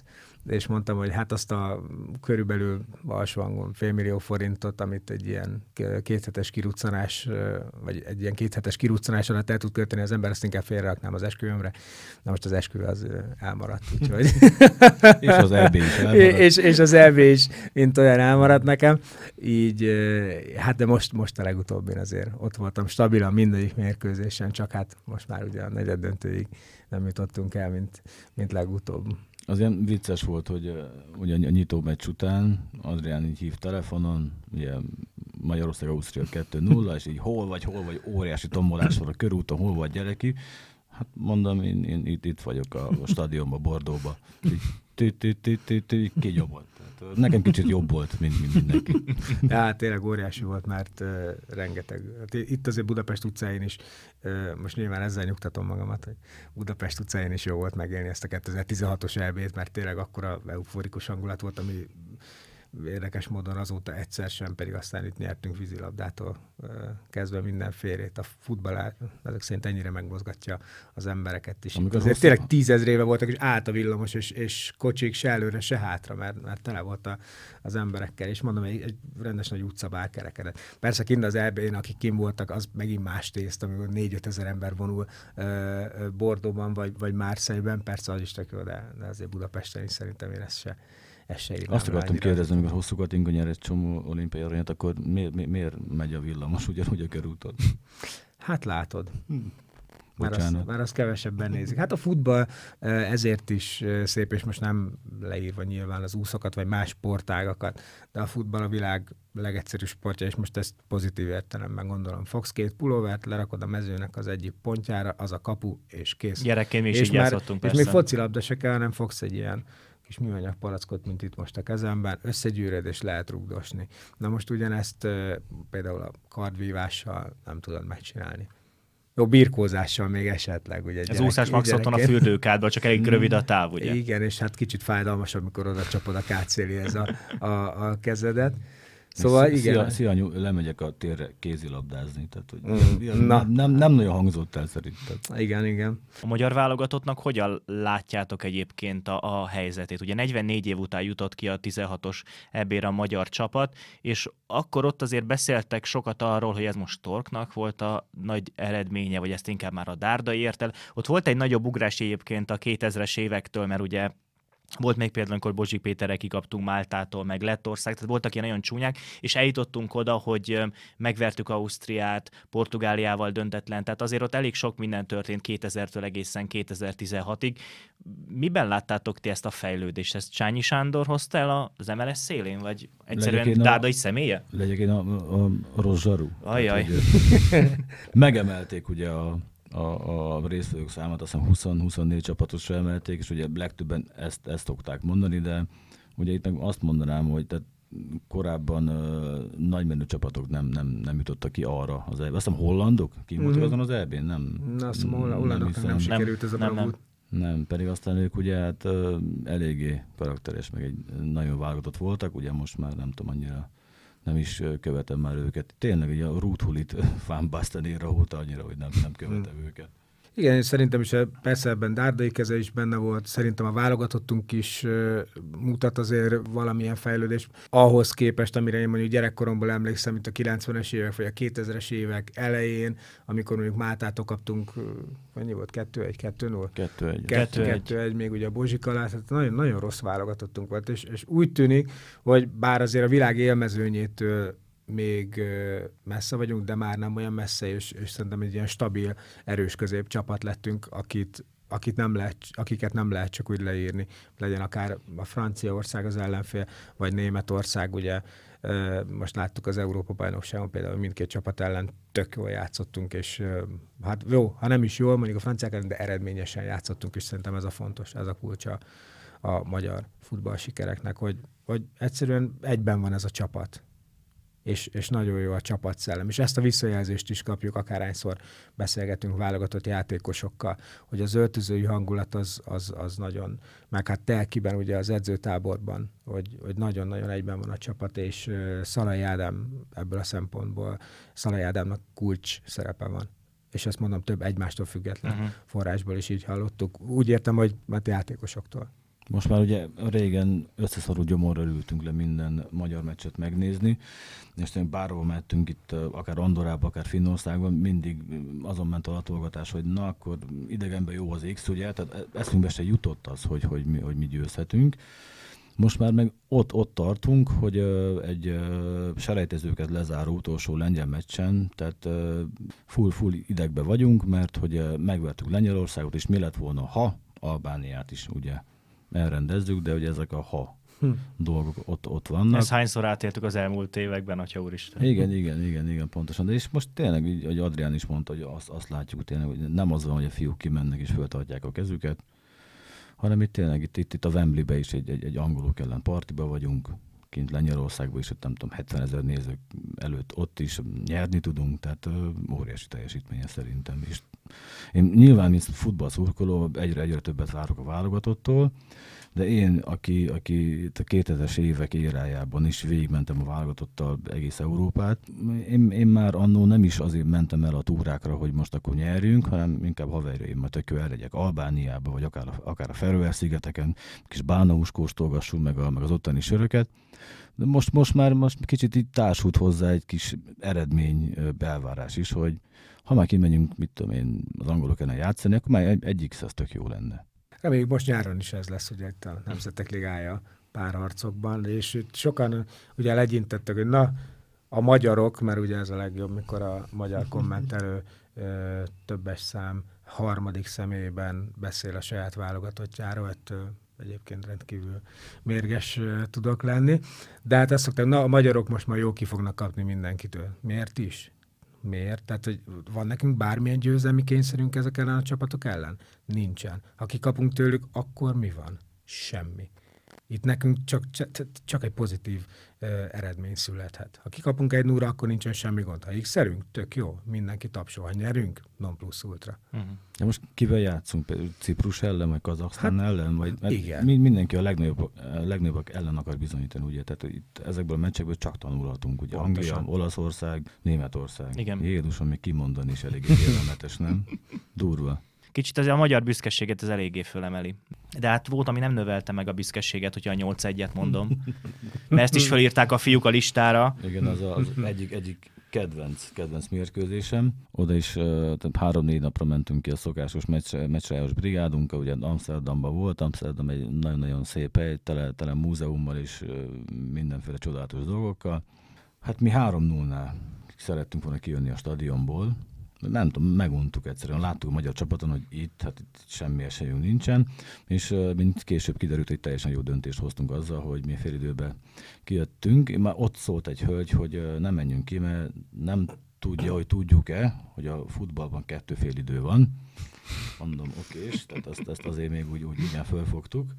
és mondtam, hogy hát azt a körülbelül alsó hangon félmillió forintot, amit egy ilyen kéthetes kiruccanás, vagy egy ilyen kéthetes kiruccanás alatt el tud költeni az ember, azt inkább félreraknám az esküvőmre. Na most az esküvő az elmaradt, úgyhogy... és az é bé is elmaradt. és, és az é bé is, mint olyan elmaradt nekem. Így, hát de most, most a legutóbbin azért ott voltam stabilan mindegyik mérkőzésen, csak hát most már ugye a negyed döntőig nem jutottunk el, mint, mint legutóbb. Az ilyen vicces volt, hogy uh, ugye a nyitó meccs után Adrián így hív telefonon, ugye Magyarország-Ausztria kettő nulla, és így hol vagy, hol vagy, óriási tombolás van a körúton, hol vagy gyereki. Hát mondom, én, én itt, itt vagyok a, a stadionban, Bordóba. Kinyomott. Nekem kicsit jobb volt, mint, mint mindenki. Ja, tényleg óriási volt, mert uh, rengeteg. Itt azért Budapest utcáin is, uh, most nyilván ezzel nyugtatom magamat, hogy Budapest utcáin is jó volt megélni ezt a kétezer-tizenhatos é bét, mert tényleg akkora euforikus hangulat volt, ami érdekes módon azóta egyszer sem, pedig aztán itt nyertünk vízilabdától uh, kezdve mindenfélét. A futball ezek szerint ennyire megmozgatja az embereket is. Azért hosszú... tényleg tízezréve voltak, és állt a villamos, és, és kocsik se előre, se hátra, mert, mert tele volt a, az emberekkel, és mondom, egy, egy rendes nagy utcabár kerekedett. Persze kint az é bén, akik kint voltak, az megint más tészt, amikor négy-ötezer ember vonul uh, Bordóban, vagy, vagy Marseille-ben, persze az is tök jó, de, de azért Budapesten is szerintem én ezt se Azt akartam kérdezni, amikor Hosszú Katinka nyer egy csomó olimpiai aranyat, akkor miért, mi, miért megy a villamos ugyanúgy a körúton? Hát látod. Hm. Már azt, már azt kevesebben nézik. Hát a futball ezért is szép, és most nem leírva nyilván az úszokat, vagy más sportágakat, de a futball a világ legegyszerűbb sportja, és most ezt pozitív értelemben gondolom. Fogsz két pulóvert, lerakod a mezőnek az egyik pontjára, az a kapu, és kész. Gyerekként mi is és így már, játszottunk, és persze. még focilabda se kell, hanem fogsz egy ilyen kis műanyag palackot, mint itt most a kezemben, összegyűröd és lehet rugdosni. Na most ugyanezt uh, például a kardvívással nem tudod megcsinálni. Jó, birkózással még esetleg. Ugye, ez úszás maximum a fürdőkádban, csak elég rövid a táv, ugye? Igen, és hát kicsit fájdalmasabb, amikor oda csapod a kátszélihez a, a, a kezedet. Szóval szia, igen. Szia, anyu, lemegyek a térre kézilabdázni, tehát hogy mm, nem, nem, nem nagyon hangzott el szerintem. Igen, igen. A magyar válogatottnak hogyan látjátok egyébként a, a helyzetét? Ugye negyvennégy év után jutott ki a tizenhatos é bére a magyar csapat, és akkor ott azért beszéltek sokat arról, hogy ez most Torknak volt a nagy eredménye, vagy ezt inkább már a Dárdai ért el. Ott volt egy nagyobb ugrás egyébként a kétezres évektől, mert ugye volt még például, amikor Bozsik Péterrel kikaptunk Máltától, meg Lettország, tehát voltak ilyen nagyon csúnyák, és eljutottunk oda, hogy megvertük Ausztriát, Portugáliával döntetlen, tehát azért ott elég sok minden történt kétezertől egészen kétezer-tizenhatig. Miben láttátok ti ezt a fejlődést? Ezt Csányi Sándor hozta el az em el es szélén, vagy egyszerűen Dárdai személye? Legyek én a, a, a rossz zsaru. Ajaj. Tehát, megemelték ugye a A, a résztvevők számát, azt hiszem húsz-huszonnégy csapatosra emelték, és ugye legtöbben ezt, ezt szokták mondani, de ugye itt meg azt mondanám, hogy tehát korábban uh, nagymenő csapatok nem, nem, nem jutottak ki arra az é bén. Azt hiszem hollandok? Ki voltak mm-hmm. azon az é bén? Nem. Na, azt hiszem hollandoknak nem, nem sikerült ez a nem, bravúr. Nem, pedig aztán ők ugye hát uh, eléggé karakteres, meg egy nagyon válogatott voltak, ugye most már nem tudom annyira nem is követem már őket. Tényleg ugye a Rúthulit fánbasztanéra óta annyira, hogy nem, nem követem hmm. őket. Igen, és szerintem is persze ebben Dárdai keze is benne volt, szerintem a válogatottunk is uh, mutat azért valamilyen fejlődést. Ahhoz képest, amire én mondjuk gyerekkoromból emlékszem, mint a kilencvenes évek, vagy a kétezres évek elején, amikor mondjuk Máltától kaptunk, uh, mennyi volt? kettő egy, kettő null? kettő egy. kettő egy, még ugye a Bozsik alá, tehát nagyon, nagyon rossz válogatottunk volt, és, és úgy tűnik, hogy bár azért a világ élmezőnyétől még messze vagyunk, de már nem olyan messze, és, és szerintem egy ilyen stabil, erős középcsapat lettünk, akit, akit nem lehet, akiket nem lehet csak úgy leírni. Legyen akár a Franciaország az ellenfél, vagy Németország, ugye most láttuk az Európa-bajnokságon például mindkét csapat ellen tök jól játszottunk, és hát jó, ha nem is jól, mondjuk a franciák ellen, de eredményesen játszottunk, és szerintem ez a fontos, ez a kulcsa a magyar futball sikereknek, hogy, hogy egyszerűen egyben van ez a csapat. És, és nagyon jó a csapatszellem. És ezt a visszajelzést is kapjuk, akárhányszor beszélgetünk válogatott játékosokkal, hogy az öltözői hangulat az, az, az nagyon, meg hát Telkiben ugye az edzőtáborban, hogy, hogy nagyon-nagyon egyben van a csapat, és uh, Szalai Ádám ebből a szempontból, Szalai Ádámnak kulcs szerepe van. És ezt mondom, több egymástól független uh-huh. forrásból is így hallottuk. Úgy értem, hogy mert játékosoktól. Most már ugye régen összeszorú gyomorra ültünk le minden magyar meccset megnézni, és bárhol mettünk itt, akár Andorrába, akár Finnországban, mindig azon ment a latolgatás, hogy na akkor idegenben jó az X, ugye, tehát eszünkbe se jutott az, hogy, hogy, mi, hogy mi győzhetünk. Most már meg ott, ott tartunk, hogy uh, egy uh, selejtezőket lezáró utolsó lengyel meccsen, tehát uh, full-full idegbe vagyunk, mert hogy uh, megvertük Lengyelországot, és mi lett volna, ha Albániát is ugye elrendezzük, de ugye ezek a ha hm. dolgok ott, ott vannak. Ezt hányszor átéltük az elmúlt években, atya úristen. Igen, igen, igen, igen, pontosan. De és most tényleg, így, hogy Adrián is mondta, hogy azt, azt látjuk tényleg, hogy nem az van, hogy a fiúk kimennek és föltartják a kezüket, hanem itt tényleg itt, itt, itt a Wembleybe is egy, egy, egy angolok ellen partiba vagyunk, kint Lengyelországban is, nem tudom, hetvenezer nézők előtt ott is nyerni tudunk, tehát uh, óriási teljesítménye szerintem is. Én nyilván, mint futballszurkoló, egyre-egyre többet várok a válogatottól, de én, aki, aki a kétezres évek érájában is végigmentem a válogatottal egész Európát, én, én már annó nem is azért mentem el a túrákra, hogy most akkor nyerjünk, hanem inkább haverjaim, majd tök elregyek Albániába, vagy akár a, akár a Feröer-szigeteken, kis bánahús kóstolgassunk meg, a, meg az ottani söröket. De most, most már most kicsit így társult hozzá egy kis eredmény belvárás is, hogy ha már kimegyünk, mit tudom én, az angolok ellen játszani, akkor már egy, egy X az tök jó lenne. Reméljük most nyáron is ez lesz, ugye itt a Nemzetek Ligája párharcokban, és itt sokan ugye legyintettek, hogy na, a magyarok, mert ugye ez a legjobb, mikor a magyar kommentelő ö, többes szám harmadik személyben beszél a saját válogatottjáról, ettől egyébként rendkívül mérges ö, tudok lenni, de hát azt szokták, na a magyarok most már jó ki fognak kapni mindenkitől. Miért is? Miért? Tehát, hogy van nekünk bármilyen győzelmi kényszerünk ezek ellen a csapatok ellen? Nincsen. Ha kikapunk tőlük, akkor mi van? Semmi. Itt nekünk csak, csak egy pozitív uh, eredmény születhet. Ha kikapunk egy nulla, akkor nincsen semmi gond. Ha x-elünk, tök jó, mindenki tapsol. Ha nyerünk, non plus ultra. Uh-huh. De most kivel játszunk? Például Ciprus ellen, vagy Kazaksztán hát, ellen? Vagy, igen. Mindenki a legnagyobb, legnagyobbak ellen akar bizonyítani, ugye? Tehát itt ezekből a meccsekből csak tanulhatunk, ugye? Anglia, Olaszország, Németország. Igen. Jézusom, még kimondani is eléggé élelmetes, nem? Durva. Kicsit azért a magyar büszkeséget ez eléggé fölemeli. De hát volt, ami nem növelte meg a büszkeséget, hogyha a nyolc egyet mondom. Mert ezt is felírták a fiúk a listára. Igen, az, a, az egyik, egyik kedvenc, kedvenc mérkőzésem. Oda is uh, három-négy napra mentünk ki a szokásos meccsrájos brigádunkkal, ugye Amsterdamban volt, Amsterdam egy nagyon-nagyon szép hely, tele, tele múzeummal és uh, mindenféle csodálatos dolgokkal. Hát mi három nullnál szerettünk volna kijönni a stadionból. Nem tudom, meguntuk egyszerűen. Láttuk a magyar csapaton, hogy itt, hát itt semmi esélyünk nincsen, és uh, mint később kiderült, hogy teljesen jó döntést hoztunk azzal, hogy mi fél időben kijöttünk. Már ott szólt egy hölgy, hogy uh, nem menjünk ki, mert nem tudja, hogy tudjuk-e, hogy a futballban kettő fél idő van. Mondom, oké, és tehát ezt, ezt azért még úgy, úgy igen fölfogtuk.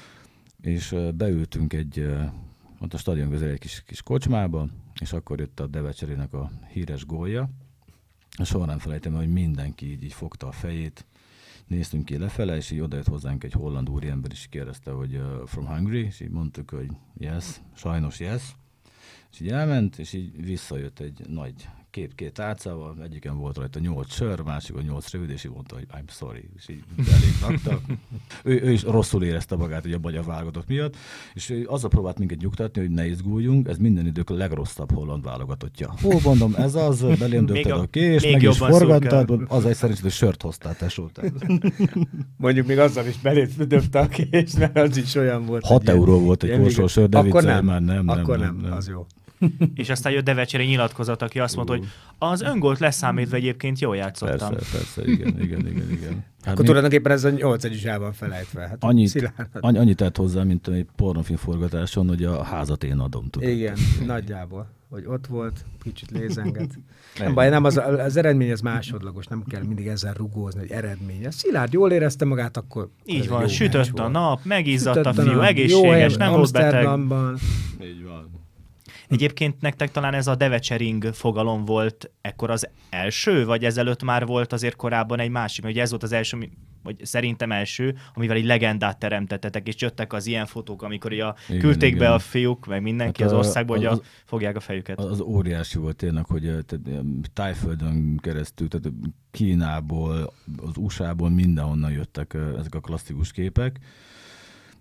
És uh, beültünk egy, uh, ott a stadion közel egy kis, kis kocsmába, és akkor jött a Devecserének a híres gólja. Soha nem felejtem, hogy mindenki így, így fogta a fejét, néztünk ki lefele, és így odajött hozzánk egy holland úriember, és kérdezte, hogy uh, from Hungary, és így mondtuk, hogy yes, sajnos yes, és így elment, és így visszajött egy nagy kép két tálcával, egyiken volt rajta nyolc sör, másikon nyolc rövid, és így mondta, hogy I'm sorry, és így elég rakta. ő, ő is rosszul érezte magát ugye a magyar válogatott miatt, és ő azzal próbált minket nyugtatni, hogy ne izguljunk, ez minden idők a legrosszabb holland válogatottja. Ó, mondom, ez az, belém dögted a kés, meg is forgattad, az egy szerencsét, hogy sört hoztál, tesó. Mondjuk még azzal is belét döbte a kés, mert az is olyan volt. hat euró volt egy korsó sör, de akkor viccelj, nem, már nem, nem, akkor nem, nem, nem, az jó. És aztán jött Devecseri nyilatkozat, aki azt mondta, hogy az öngolt leszámítva egyébként jól játszottam. Persze, persze, igen, igen, igen, igen. Hát akkor tulajdonképpen ez a nyolc egy is el van felejtve. Hát annyit, annyi, annyit tett hozzá, mint egy pornofilm forgatáson, hogy a házat én adom, tudod. Igen, nagyjából. Hogy ott volt, kicsit lézenget. Nem baj, nem, az, az eredmény az másodlagos, nem kell mindig ezzel rugózni, hogy eredmény. Szilárd jól érezte magát, akkor... Így van, sütött a nap, megizzadt a fiú, egészséges, nem volt beteg. Így van. Egyébként nektek talán ez a Devecsering fogalom volt ekkor az első, vagy ezelőtt már volt azért korábban egy másik, hogy ez volt az első, vagy szerintem első, amivel egy legendát teremtettetek, és jöttek az ilyen fotók, amikor a igen, küldték igen. be a fiúk, meg mindenki hát az országba, hogy a, fogják a fejüket. Az, az óriási volt tényleg, hogy Tájföldön keresztül, tehát Kínából, az u es á-ból mindenhonnan jöttek ezek a klasszikus képek,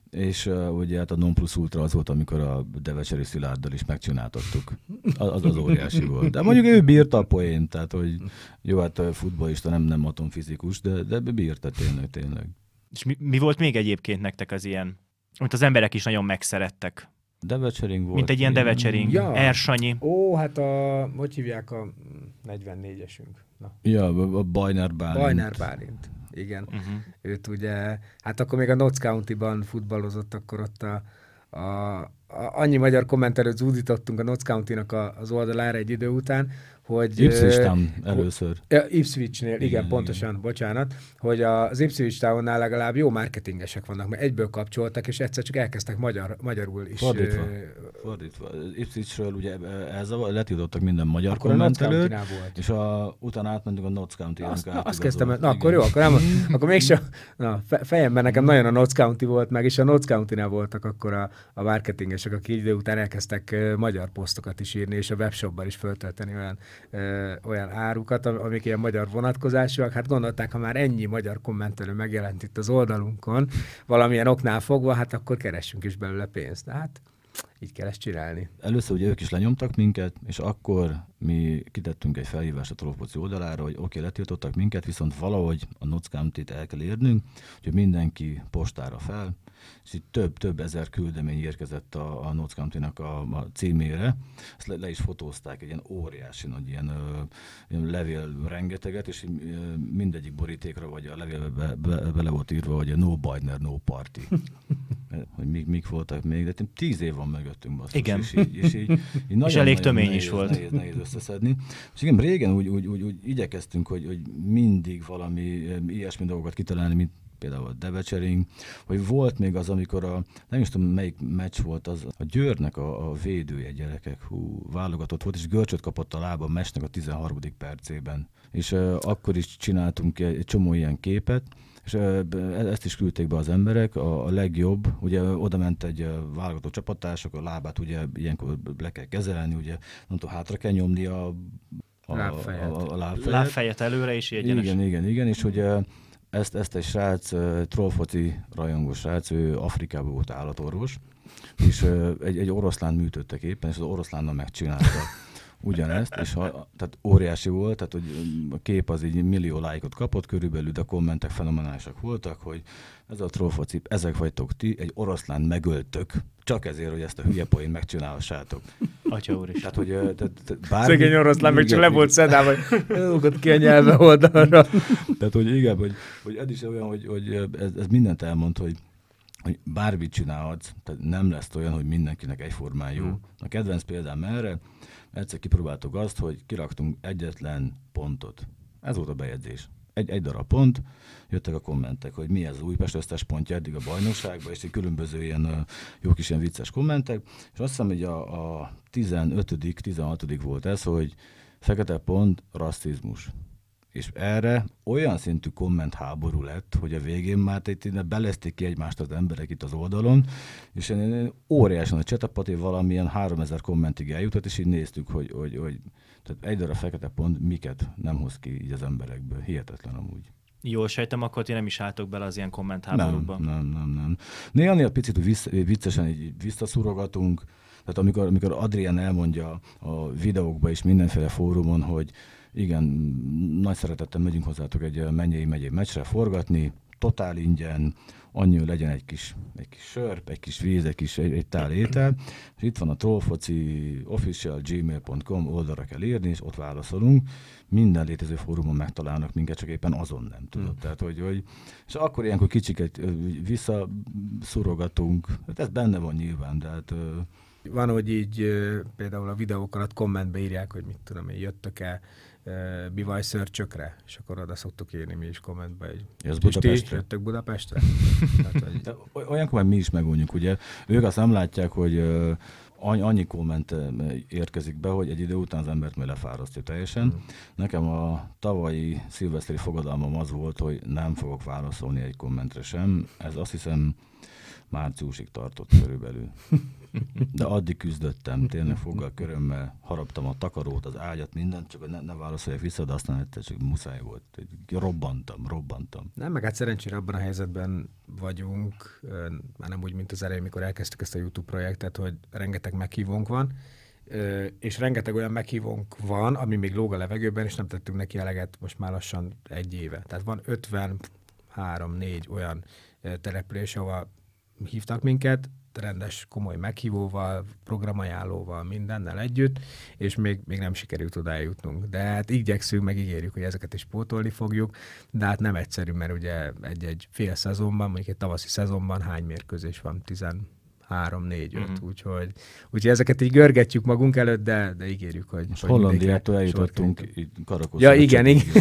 És uh, ugye hát a non plus ultra az volt, amikor a Devecseri Szilárddal is megcsináltattuk. Az az óriási volt. De mondjuk ő bírta a poén, tehát hogy jó, hát futballista, nem, nem atomfizikus, de, de bírta tényleg, tényleg. És mi, mi volt még egyébként nektek az ilyen, amit az emberek is nagyon megszerettek? Devecsering volt. Mint egy ilyen Devecsering, Ja. Ersanyi. Ó, hát a, hogy hívják a negyvennégyesünk? Na. Ja, a Bajnár Bálint. Bajnár Bálint, igen. Uh-huh. Őt ugye, hát akkor még a Notts County-ban futballozott, akkor ott a, a, a annyi magyar kommentelőt zúdítottunk a Notts County-nak a, az oldalára egy idő után, hogy... Ipswich Town először. Ja, Ipswichnél, igen, Igen, pontosan, igen. Bocsánat, hogy az Ipswich Townnál legalább jó marketingesek vannak, mert egyből kapcsoltak, és egyszer csak elkezdtek magyar, magyarul is. Fordítva. Fordítva. Ipswichről ugye elzavar, letiltottak minden magyar akkor kommentelőt, volt. És a, utána átmentünk a Notts County-ra. Azt, na, azt kezdtem, na akkor jó, akkor, nem, akkor mégsem, na, fejemben nekem nagyon a Notts County volt, meg és a Notts County-nál voltak akkor a, a marketingesek, akik idő után elkezdtek magyar posztokat is írni, és a webshopban is föltölteni olyan Ö, olyan árukat, amik ilyen magyar vonatkozásúak. Hát gondolták, ha már ennyi magyar kommentelő megjelent itt az oldalunkon, valamilyen oknál fogva, hát akkor keressünk is belőle pénzt. De hát így kell ezt csinálni. Először ugye ők is lenyomtak minket, és akkor mi kitettünk egy felhívást a Trollfoci oldalára, hogy oké, okay, letiltottak minket, viszont valahogy a Notts County-t el kell érnünk, hogy mindenki postára fel, és így több-több ezer küldemény érkezett a, a Notts County-nak a, a címére. Ezt le, le is fotózták, egy ilyen óriási nagy ilyen, ö, ilyen levél rengeteget, és ö, mindegyik borítékra, vagy a levélbe be, be, bele volt írva, hogy a no Bajner, no party. Hogy mik, mik voltak még, de tíz év van mögöttünk, basszus. Igen. És, így, és, így, így nagyon, és elég nagyon tömény nehéz, is volt. Nehéz, nehéz összeszedni. És igen, régen úgy, úgy, úgy, úgy igyekeztünk, hogy, hogy mindig valami ilyesmi dolgokat kitalálni, mint például a Devecsering, hogy volt még az, amikor a, nem is tudom melyik meccs volt, az a Győrnek a, a védője, gyerekek, hú, válogatott volt, és görcsöt kapott a lába a meccsnek a tizenharmadik percében. És uh, akkor is csináltunk egy, egy csomó ilyen képet, és uh, ezt is küldték be az emberek, a, a legjobb, ugye oda ment egy uh, válogató csapattársok, a lábát ugye ilyenkor le kell kezelni, ugye nem tudom, hátra kell nyomni a, a, lábfejet. a, a lábfejet. Lábfejet előre is egyenes. Igen, igen, igen, és ugye Ezt, ezt egy srác, uh, trollfoci rajongó srác, ő Afrikában volt állatorvos, és uh, egy, egy oroszlán műtöttek éppen, és az oroszlánnal megcsinálta ugyanezt, és ha, tehát óriási volt, tehát hogy a kép az így millió lájkot kapott körülbelül, de a kommentek fenomenálisak voltak, hogy ez a trollfoci, ezek vagytok ti, egy oroszlán megöltök, csak ezért, hogy ezt a hülye poént megcsinálhassátok. Atya úr is. Tehát, hogy te, te, bármi... Szegény oroszlán meg csak le volt szedálva, hogy rúgott ki a nyelve oldalra. Tehát, hogy igen, hogy, hogy ez is olyan, hogy, hogy ez, ez mindent elmond, hogy hogy bármit csinálhatsz, tehát nem lesz olyan, hogy mindenkinek egyformán jó. Hmm. A kedvenc példám erre, egyszer kipróbáltuk azt, hogy kiraktunk egyetlen pontot. Ez volt a bejegyzés. Egy, egy darab pont, jöttek a kommentek, hogy mi ez az Újpest összes pontja eddig a bajnokságban, és egy különböző ilyen uh, jó kis ilyen vicces kommentek, és azt hiszem, hogy a, a tizenötödik tizenhatodik volt ez, hogy fekete pont, rasszizmus. És erre olyan szintű kommentháború lett, hogy a végén már itt belezték ki egymást az emberek itt az oldalon, és óriásan a csetapati valamilyen háromezer kommentig eljutott, és így néztük, hogy, hogy, hogy tehát egy darab fekete pont miket nem hoz ki így az emberekből. Hihetetlen amúgy. Jól sejtem, akkor ti nem is álltok bele az ilyen kommentháborúkban. Nem, nem, nem, nem. Néha-néha picit vissz, viccesen így visszaszurogatunk, tehát amikor, amikor Adrián elmondja a videókban és mindenféle fórumon, hogy igen, nagy szeretettel megyünk hozzátok egy Mennyei megyei meccsre forgatni, totál ingyen, annyi, hogy legyen egy kis, egy kis sörp, egy kis víz, egy kis egy, egy tál étel, és itt van a trollfoci official gmail pont com oldalra kell írni, és ott válaszolunk. Minden létező fórumon megtalálnak minket, csak éppen azon nem tudod. Hmm. Tehát, hogy, hogy, és akkor ilyenkor kicsiket visszaszurogatunk, hát ez benne van nyilván, de hát... Van, hogy így például a videók alatt kommentbe írják, hogy mit tudom én, jöttök-e bivaj szörcsökre, és akkor oda szoktuk írni mi is kommentbe, hogy ez Budapestre. Jöttök Budapestre? Tehát, hogy... De olyankor már mi is megmondjuk, ugye. Ők azt nem látják, hogy uh, annyi komment érkezik be, hogy egy idő után az embert majd lefárasztja teljesen. Mm. Nekem a tavalyi szilveszteri fogadalmam az volt, hogy nem fogok válaszolni egy kommentre sem. Ez azt hiszem márciusig tartott körülbelül. De addig küzdöttem, tényleg foggal körömmel, haraptam a takarót, az ágyat, mindent, csak ne, ne válaszoljak vissza, de aztán egyszer csak muszáj volt. Robbantam, robbantam. Nem, meg hát szerencsére abban a helyzetben vagyunk, már nem úgy, mint az elején, mikor elkezdtük ezt a YouTube projektet, hogy rengeteg meghívónk van, és rengeteg olyan meghívónk van, ami még lóg a levegőben, és nem tettünk neki eleget most már lassan egy éve. Tehát van ötvenhárom-négy olyan település, ahol hívtak minket, rendes, komoly meghívóval, programajánlóval, mindennel együtt, és még, még nem sikerült oda eljutnunk. De hát igyekszünk, meg ígérjük, hogy ezeket is pótolni fogjuk, de hát nem egyszerű, mert ugye egy-egy fél szezonban, mondjuk egy tavaszi szezonban hány mérkőzés van? tizenhárom, négy, öt, mm-hmm. úgyhogy, úgyhogy ezeket így görgetjük magunk előtt, de, de ígérjük, hogy... Most Hollandiától eljutottunk Karakoszra. Ja, igen, igen.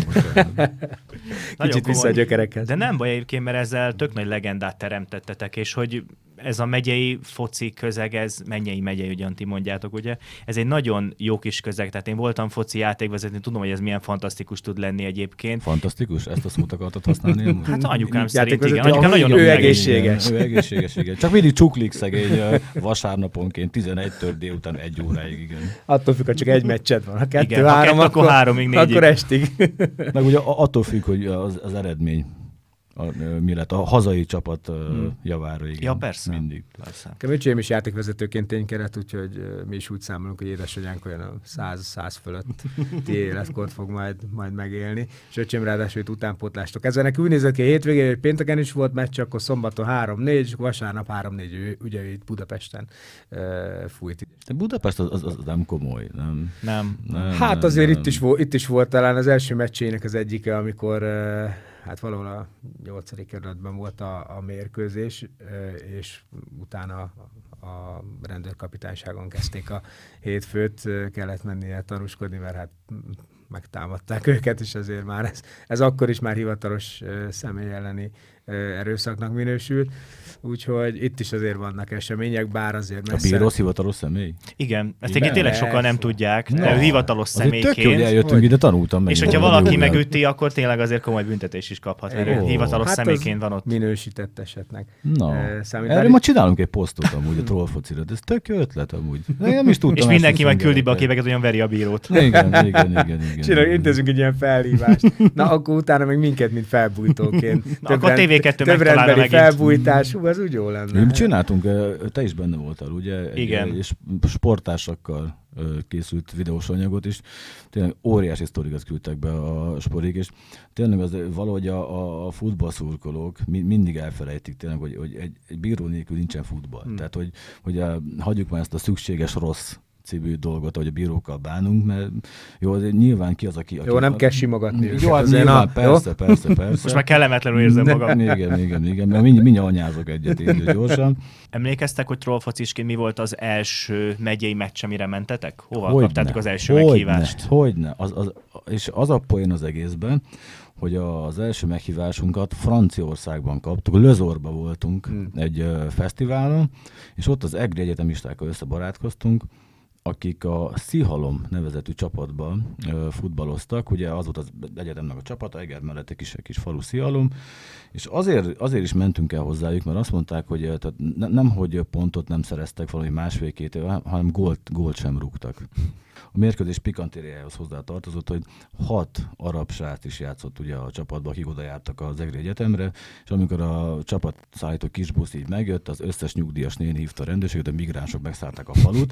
Kicsit vissza a gyökerekhez. De nem baj egyébként, mert ezzel tök nagy legendát teremtettetek, és hogy ez a megyei foci közeg, ez mennyei megyei, ugyan ti mondjátok, ugye? Ez egy nagyon jó kis közeg, tehát én voltam foci játékvezető, tudom, hogy ez milyen fantasztikus tud lenni egyébként. Fantasztikus? Ezt a szót akartad használni? Hát anyukám szerint igen. Anyukám nagyon ő egészséges. Ő egészséges, igen. Csak mindig csuklik szegény vasárnaponként tizenegytől délután egy óráig, igen. Attól függ, hogy csak egy meccset van. Ha kettő, igen, három, ha kettő, akkor háromig, négyig. Akkor estig. Meg ugye attól függ, hogy az, az eredmény. A, mi lett a hazai csapat hmm. javára, igen. Ja, persze. Mindig. Persze. Öcsém is játékvezetőként ténykedett, úgyhogy mi is úgy számolunk, hogy édesanyánk olyan a száz fölötti életkort fog majd, majd megélni. És öcsém ráadásul itt utánpótlástok. Ez ennek úgy nézett ki, a hétvégén, hogy pénteken is volt meccs, akkor szombaton három négy, és vasárnap három négy, ugye itt Budapesten uh, fújt. De Budapest az, az, az nem komoly, nem? Nem. nem hát nem, azért nem. Itt, is volt, itt is volt talán az első meccsének az egyike, amikor uh, hát valahol a nyolcadik kerületben volt a, a mérkőzés, és utána a, a rendőrkapitányságon kezdték a hétfőt, kellett mennie tanúskodni, mert hát megtámadták őket, és azért már ez, ez akkor is már hivatalos személy elleni erőszaknak minősült. Úgyhogy itt is azért vannak események, bár azért messze... A bíró hivatalos személy? Igen, ezt igen, tényleg sokan nem tudják, de no. hivatalos személyként. Tök jó, hogy eljöttünk hogy... ide, tanultam meg. És hogyha valaki megüti, akkor tényleg azért komoly büntetés is kaphat, mert oh. hivatalos hát személyként van ott. Minősített esetnek. No. Erről ma csinálunk egy posztot amúgy a trollfocira, de ez tök jó ötlet amúgy. Nem is tudtam. És mindenki majd küldi be a képeket, olyan veri a bírót. Igen, igen, igen. igen Csináljuk, intézünk egy ilyen felhívást. Na, akkor utána meg minket, mint felbújtóként. Akkor té vé kettő megtalálna megint. Felbújtás, hú, az úgy jó lenne. Mi csináltunk, te is benne voltál, ugye? Egy, igen. Egy sportásakkal készült videós anyagot, és tényleg óriási sztorikat küldtek be a sporig, és tényleg az, valahogy a, a futballszurkolók mindig elfelejtik tényleg, hogy, hogy egy, egy bíró nélkül nincsen futball. Hmm. Tehát, hogy, hogy a, hagyjuk már ezt a szükséges rossz című dolgot, hogy a bírókkal bánunk, mert jó, azért nyilván ki az, aki... aki jó, nem a... kell simogatni. Jó, hát nyilván, persze, persze, persze. Most már kellemetlenül érzem magam. Igen, igen, igen, mert mindjárt mind anyázok egyet így gyorsan. Emlékeztek, hogy trollfocisként mi volt az első megyei meccs, amire mentetek? Hova hogyne, kaptátok az első hogyne, meghívást? Hogyne, az, az, és az a poén az egészben, hogy az első meghívásunkat Franciaországban kaptuk, Lözorba voltunk hmm. egy uh, fesztiválon, és ott az egri egyetemistákkal összebarátkoztunk, akik a Szihalom nevezetű csapatban uh, futballoztak, ugye az volt az egyetemnek a csapata, Eger mellett egy kis, kis falu Szihalom, és azért, azért is mentünk el hozzájuk, mert azt mondták, hogy tehát ne, nem, hogy pontot nem szereztek valami másfél-két éve, hanem gólt, gólt sem rúgtak. A mérkőzés pikantériájához hozzá tartozott, hogy hat arab srác is játszott ugye a csapatban, akik oda jártak az Egri Egyetemre, és amikor a csapat szállító kisbusz így megjött, az összes nyugdíjas néni hívta a rendőrséget, a migránsok megszállták a falut.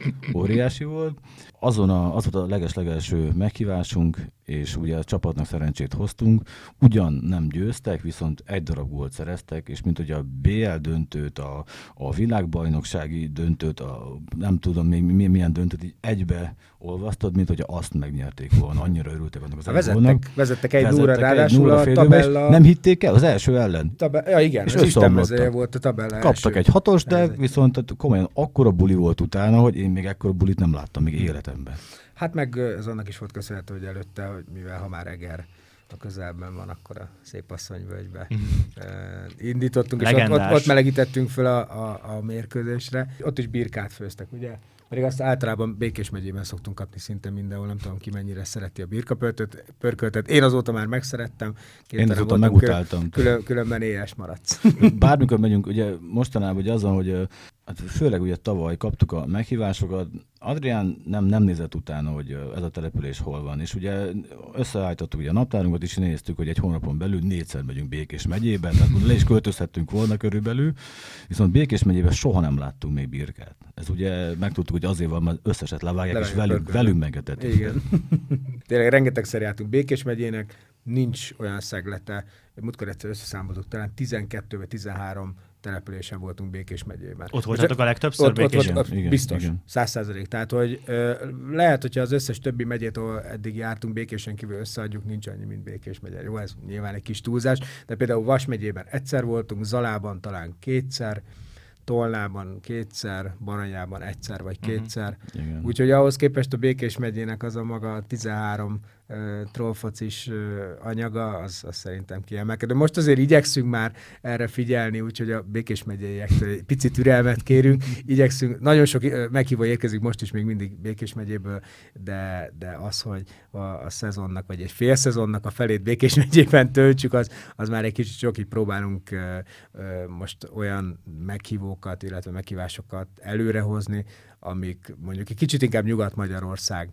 Óriási volt. Azon a, az volt a leges-legelső meghívásunk, és ugye a csapatnak szerencsét hoztunk. Ugyan nem győztek, viszont egy darab gólt szereztek, és mint hogy a bé el döntőt, a, a világbajnoksági döntőt, a, nem tudom még milyen döntőt, így egybe olvasztod, mint hogy azt megnyerték volna. Annyira örültek annak az vezettek, vezettek egy nulla, ráadásul a tabella... Nem hitték el az első ellen. Tabe... Ja igen, és az istenmezője volt a tabella kaptak első. egy hatos, de helyzet. Viszont akkora akkora buli volt utána, hogy én még ekkora bulit nem láttam még életemben. Hát meg ez annak is volt köszönhető, hogy előtte, hogy mivel ha már Eger a közelben van, akkor a Szépasszonyvölgybe uh, indítottunk, legendás. És ott, ott, ott melegítettünk föl a, a, a mérkőzésre. Ott is birkát főztek, ugye? Pedig azt általában Békés megyében szoktunk kapni szinte mindenhol, nem tudom ki mennyire szereti a birkapörköltet. Én azóta már megszerettem. Én azóta megutáltam. Külön, különben éhes maradsz. Bármikor megyünk, ugye mostanában ugye azon, hogy hát főleg ugye tavaly kaptuk a meghívásokat, Adrián nem, nem nézett utána, hogy ez a település hol van, és ugye összeállítottuk ugye a naptárunkat, és néztük, hogy egy hónapon belül négyszer megyünk Békés megyébe, tehát le is költözhettünk volna körülbelül, viszont Békés megyében soha nem láttunk még birkát. Ez ugye megtudtuk, hogy azért van, mert összeset levágják, és velünk, velünk megetetik. Igen. Tényleg rengetegszer jártunk Békés megyének, nincs olyan szeglete, múltkor egyszer összeszámoltuk, talán tizenkettő vagy tizenhárom településen voltunk Békés megyében. Ott voltatok a legtöbbször ott, Békés? Ott, ott, ott, biztos, száz százalék. Tehát, hogy ö, lehet, hogyha az összes többi megyét, ahol eddig jártunk Békésen kívül összeadjuk, nincs annyi, mint Békés megye. Jó, ez nyilván egy kis túlzás, de például Vas megyében egyszer voltunk, Zalában talán kétszer, Tolnában kétszer, Baranyában egyszer vagy kétszer. Uh-huh. Úgyhogy ahhoz képest a Békés megyének az a maga tizenhárom uh, trollfocis uh, anyaga, az, az szerintem kiemelkedő. Most azért igyekszünk már erre figyelni, úgyhogy a Békés megyéiektől egy picit türelmet kérünk. Igyekszünk, nagyon sok uh, meghívó érkezik most is még mindig Békés megyéből, de, de az, hogy a, a szezonnak, vagy egy fél szezonnak a felét Békés megyében töltsük, az, az már egy kicsit sok, így próbálunk uh, uh, most olyan meghívó illetve meghívásokat előrehozni, amik mondjuk egy kicsit inkább Nyugat-Magyarország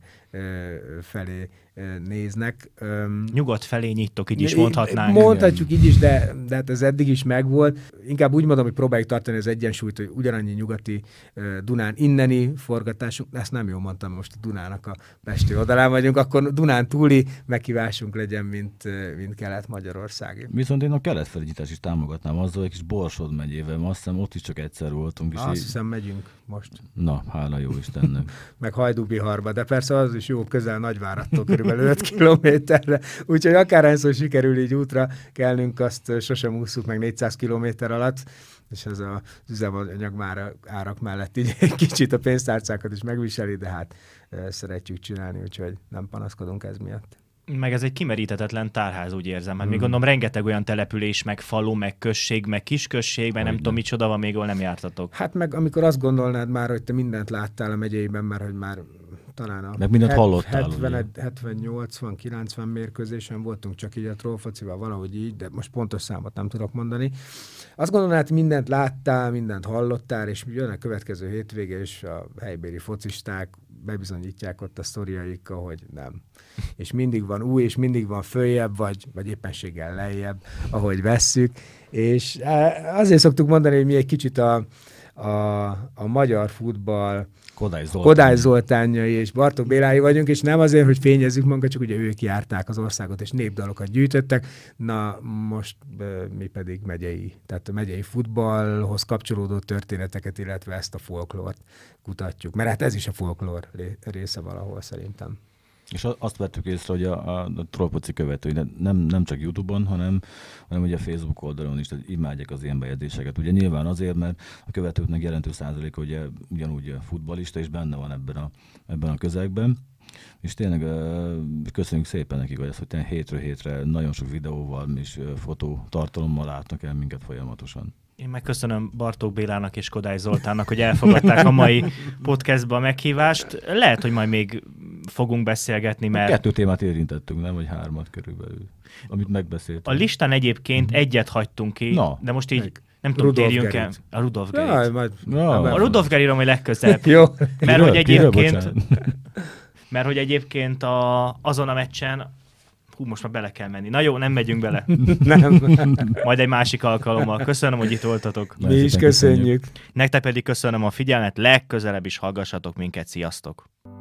felé néznek. Nyugat felé nyittok, így is mondhatnánk. Mondhatjuk így is, de, de hát ez eddig is megvolt. Inkább úgy mondom, hogy próbáljuk tartani az egyensúlyt, hogy ugyanannyi nyugati Dunán inneni forgatásunk, ezt nem jól mondtam, most a Dunának a pesti oldalán vagyunk, akkor Dunán túli meghívásunk legyen, mint, mint Kelet-Magyarországi. Viszont én a kelet-felé is támogatnám azzal, egy kis Borsod megyével, azt hiszem ott is csak egyszer voltunk. És azt így... hiszem megyünk most. Na, hála jó Istennek. Meg Hajdúbiharba, de persze az is jó, közel Nagyváradtól körülbelül öt kilométerre, úgyhogy akárhányszor sikerül így útra kelnünk, azt sosem ússzuk meg négyszáz kilométer alatt, és ez az üzemanyag már árak mellett így egy kicsit a pénztárcákat is megviseli, de hát szeretjük csinálni, úgyhogy nem panaszkodunk ez miatt. Meg ez egy kimeríthetetlen tárház, úgy érzem. Hát hmm. még gondolom rengeteg olyan település, meg falu, meg község, meg kisközség, meg nem tudom micsoda van még, ahol nem jártatok. Hát meg amikor azt gondolnád már, hogy te mindent láttál a megyeiben, mert hogy már talán a meg mindent hallottál, hetven, hetven, nyolcvan, kilencven mérkőzésen voltunk, csak így a trollfocival valahogy így, de most pontos számot nem tudok mondani. Azt gondolnád, mindent láttál, mindent hallottál, és jön a következő hétvége, és a helybéli focisták bebizonyítják ott a sztoriaikkal, hogy nem. És mindig van új, és mindig van följebb, vagy, vagy éppenséggel lejjebb, ahogy vesszük. És azért szoktuk mondani, hogy mi egy kicsit a, a, a magyar futball Kodály, Zoltán. Kodály Zoltánjai és Bartók Bélái vagyunk, és nem azért, hogy fényezzük magunkat, csak ugye ők járták az országot, és népdalokat gyűjtöttek. Na, most mi pedig megyei, tehát a megyei futballhoz kapcsolódó történeteket, illetve ezt a folklórt kutatjuk. Mert hát ez is a folklór része valahol szerintem. És azt vettük észre, hogy a, a, a trollfoci követői nem, nem csak YouTube-on, hanem, hanem ugye a Facebook oldalon is imádják az ilyen bejegyzéseket. Ugye nyilván azért, mert a követőknek jelentős százaléka ugye ugyanúgy futballista, és benne van ebben a, ebben a közegben. És tényleg köszönjük szépen nekik, hogy ezt, hogy hétről hétre nagyon sok videóval és fotótartalommal látnak el minket folyamatosan. Én megköszönöm Bartók Bélának és Kodály Zoltánnak, hogy elfogadták a mai podcastba a meghívást. Lehet, hogy majd még fogunk beszélgetni, mert... Kettő témát érintettünk, nem? Vagy hármat körülbelül, amit megbeszéltünk. A listán egyébként mm-hmm. egyet hagytunk ki, Na, de most így meg. nem tudom, térjünk el. A Rudolf Gerit. Ja, majd... ja, a Rudolf Geriről majd legközelebb. Jó. Mert hogy egyébként... Mert hogy egyébként a, azon a meccsen hú, most már bele kell menni. Na jó, nem megyünk bele. Nem. Majd egy másik alkalommal. Köszönöm, hogy itt voltatok. Mi is köszönjük. Nektek pedig köszönöm a figyelmet, legközelebb is hallgassatok minket. Sziasztok!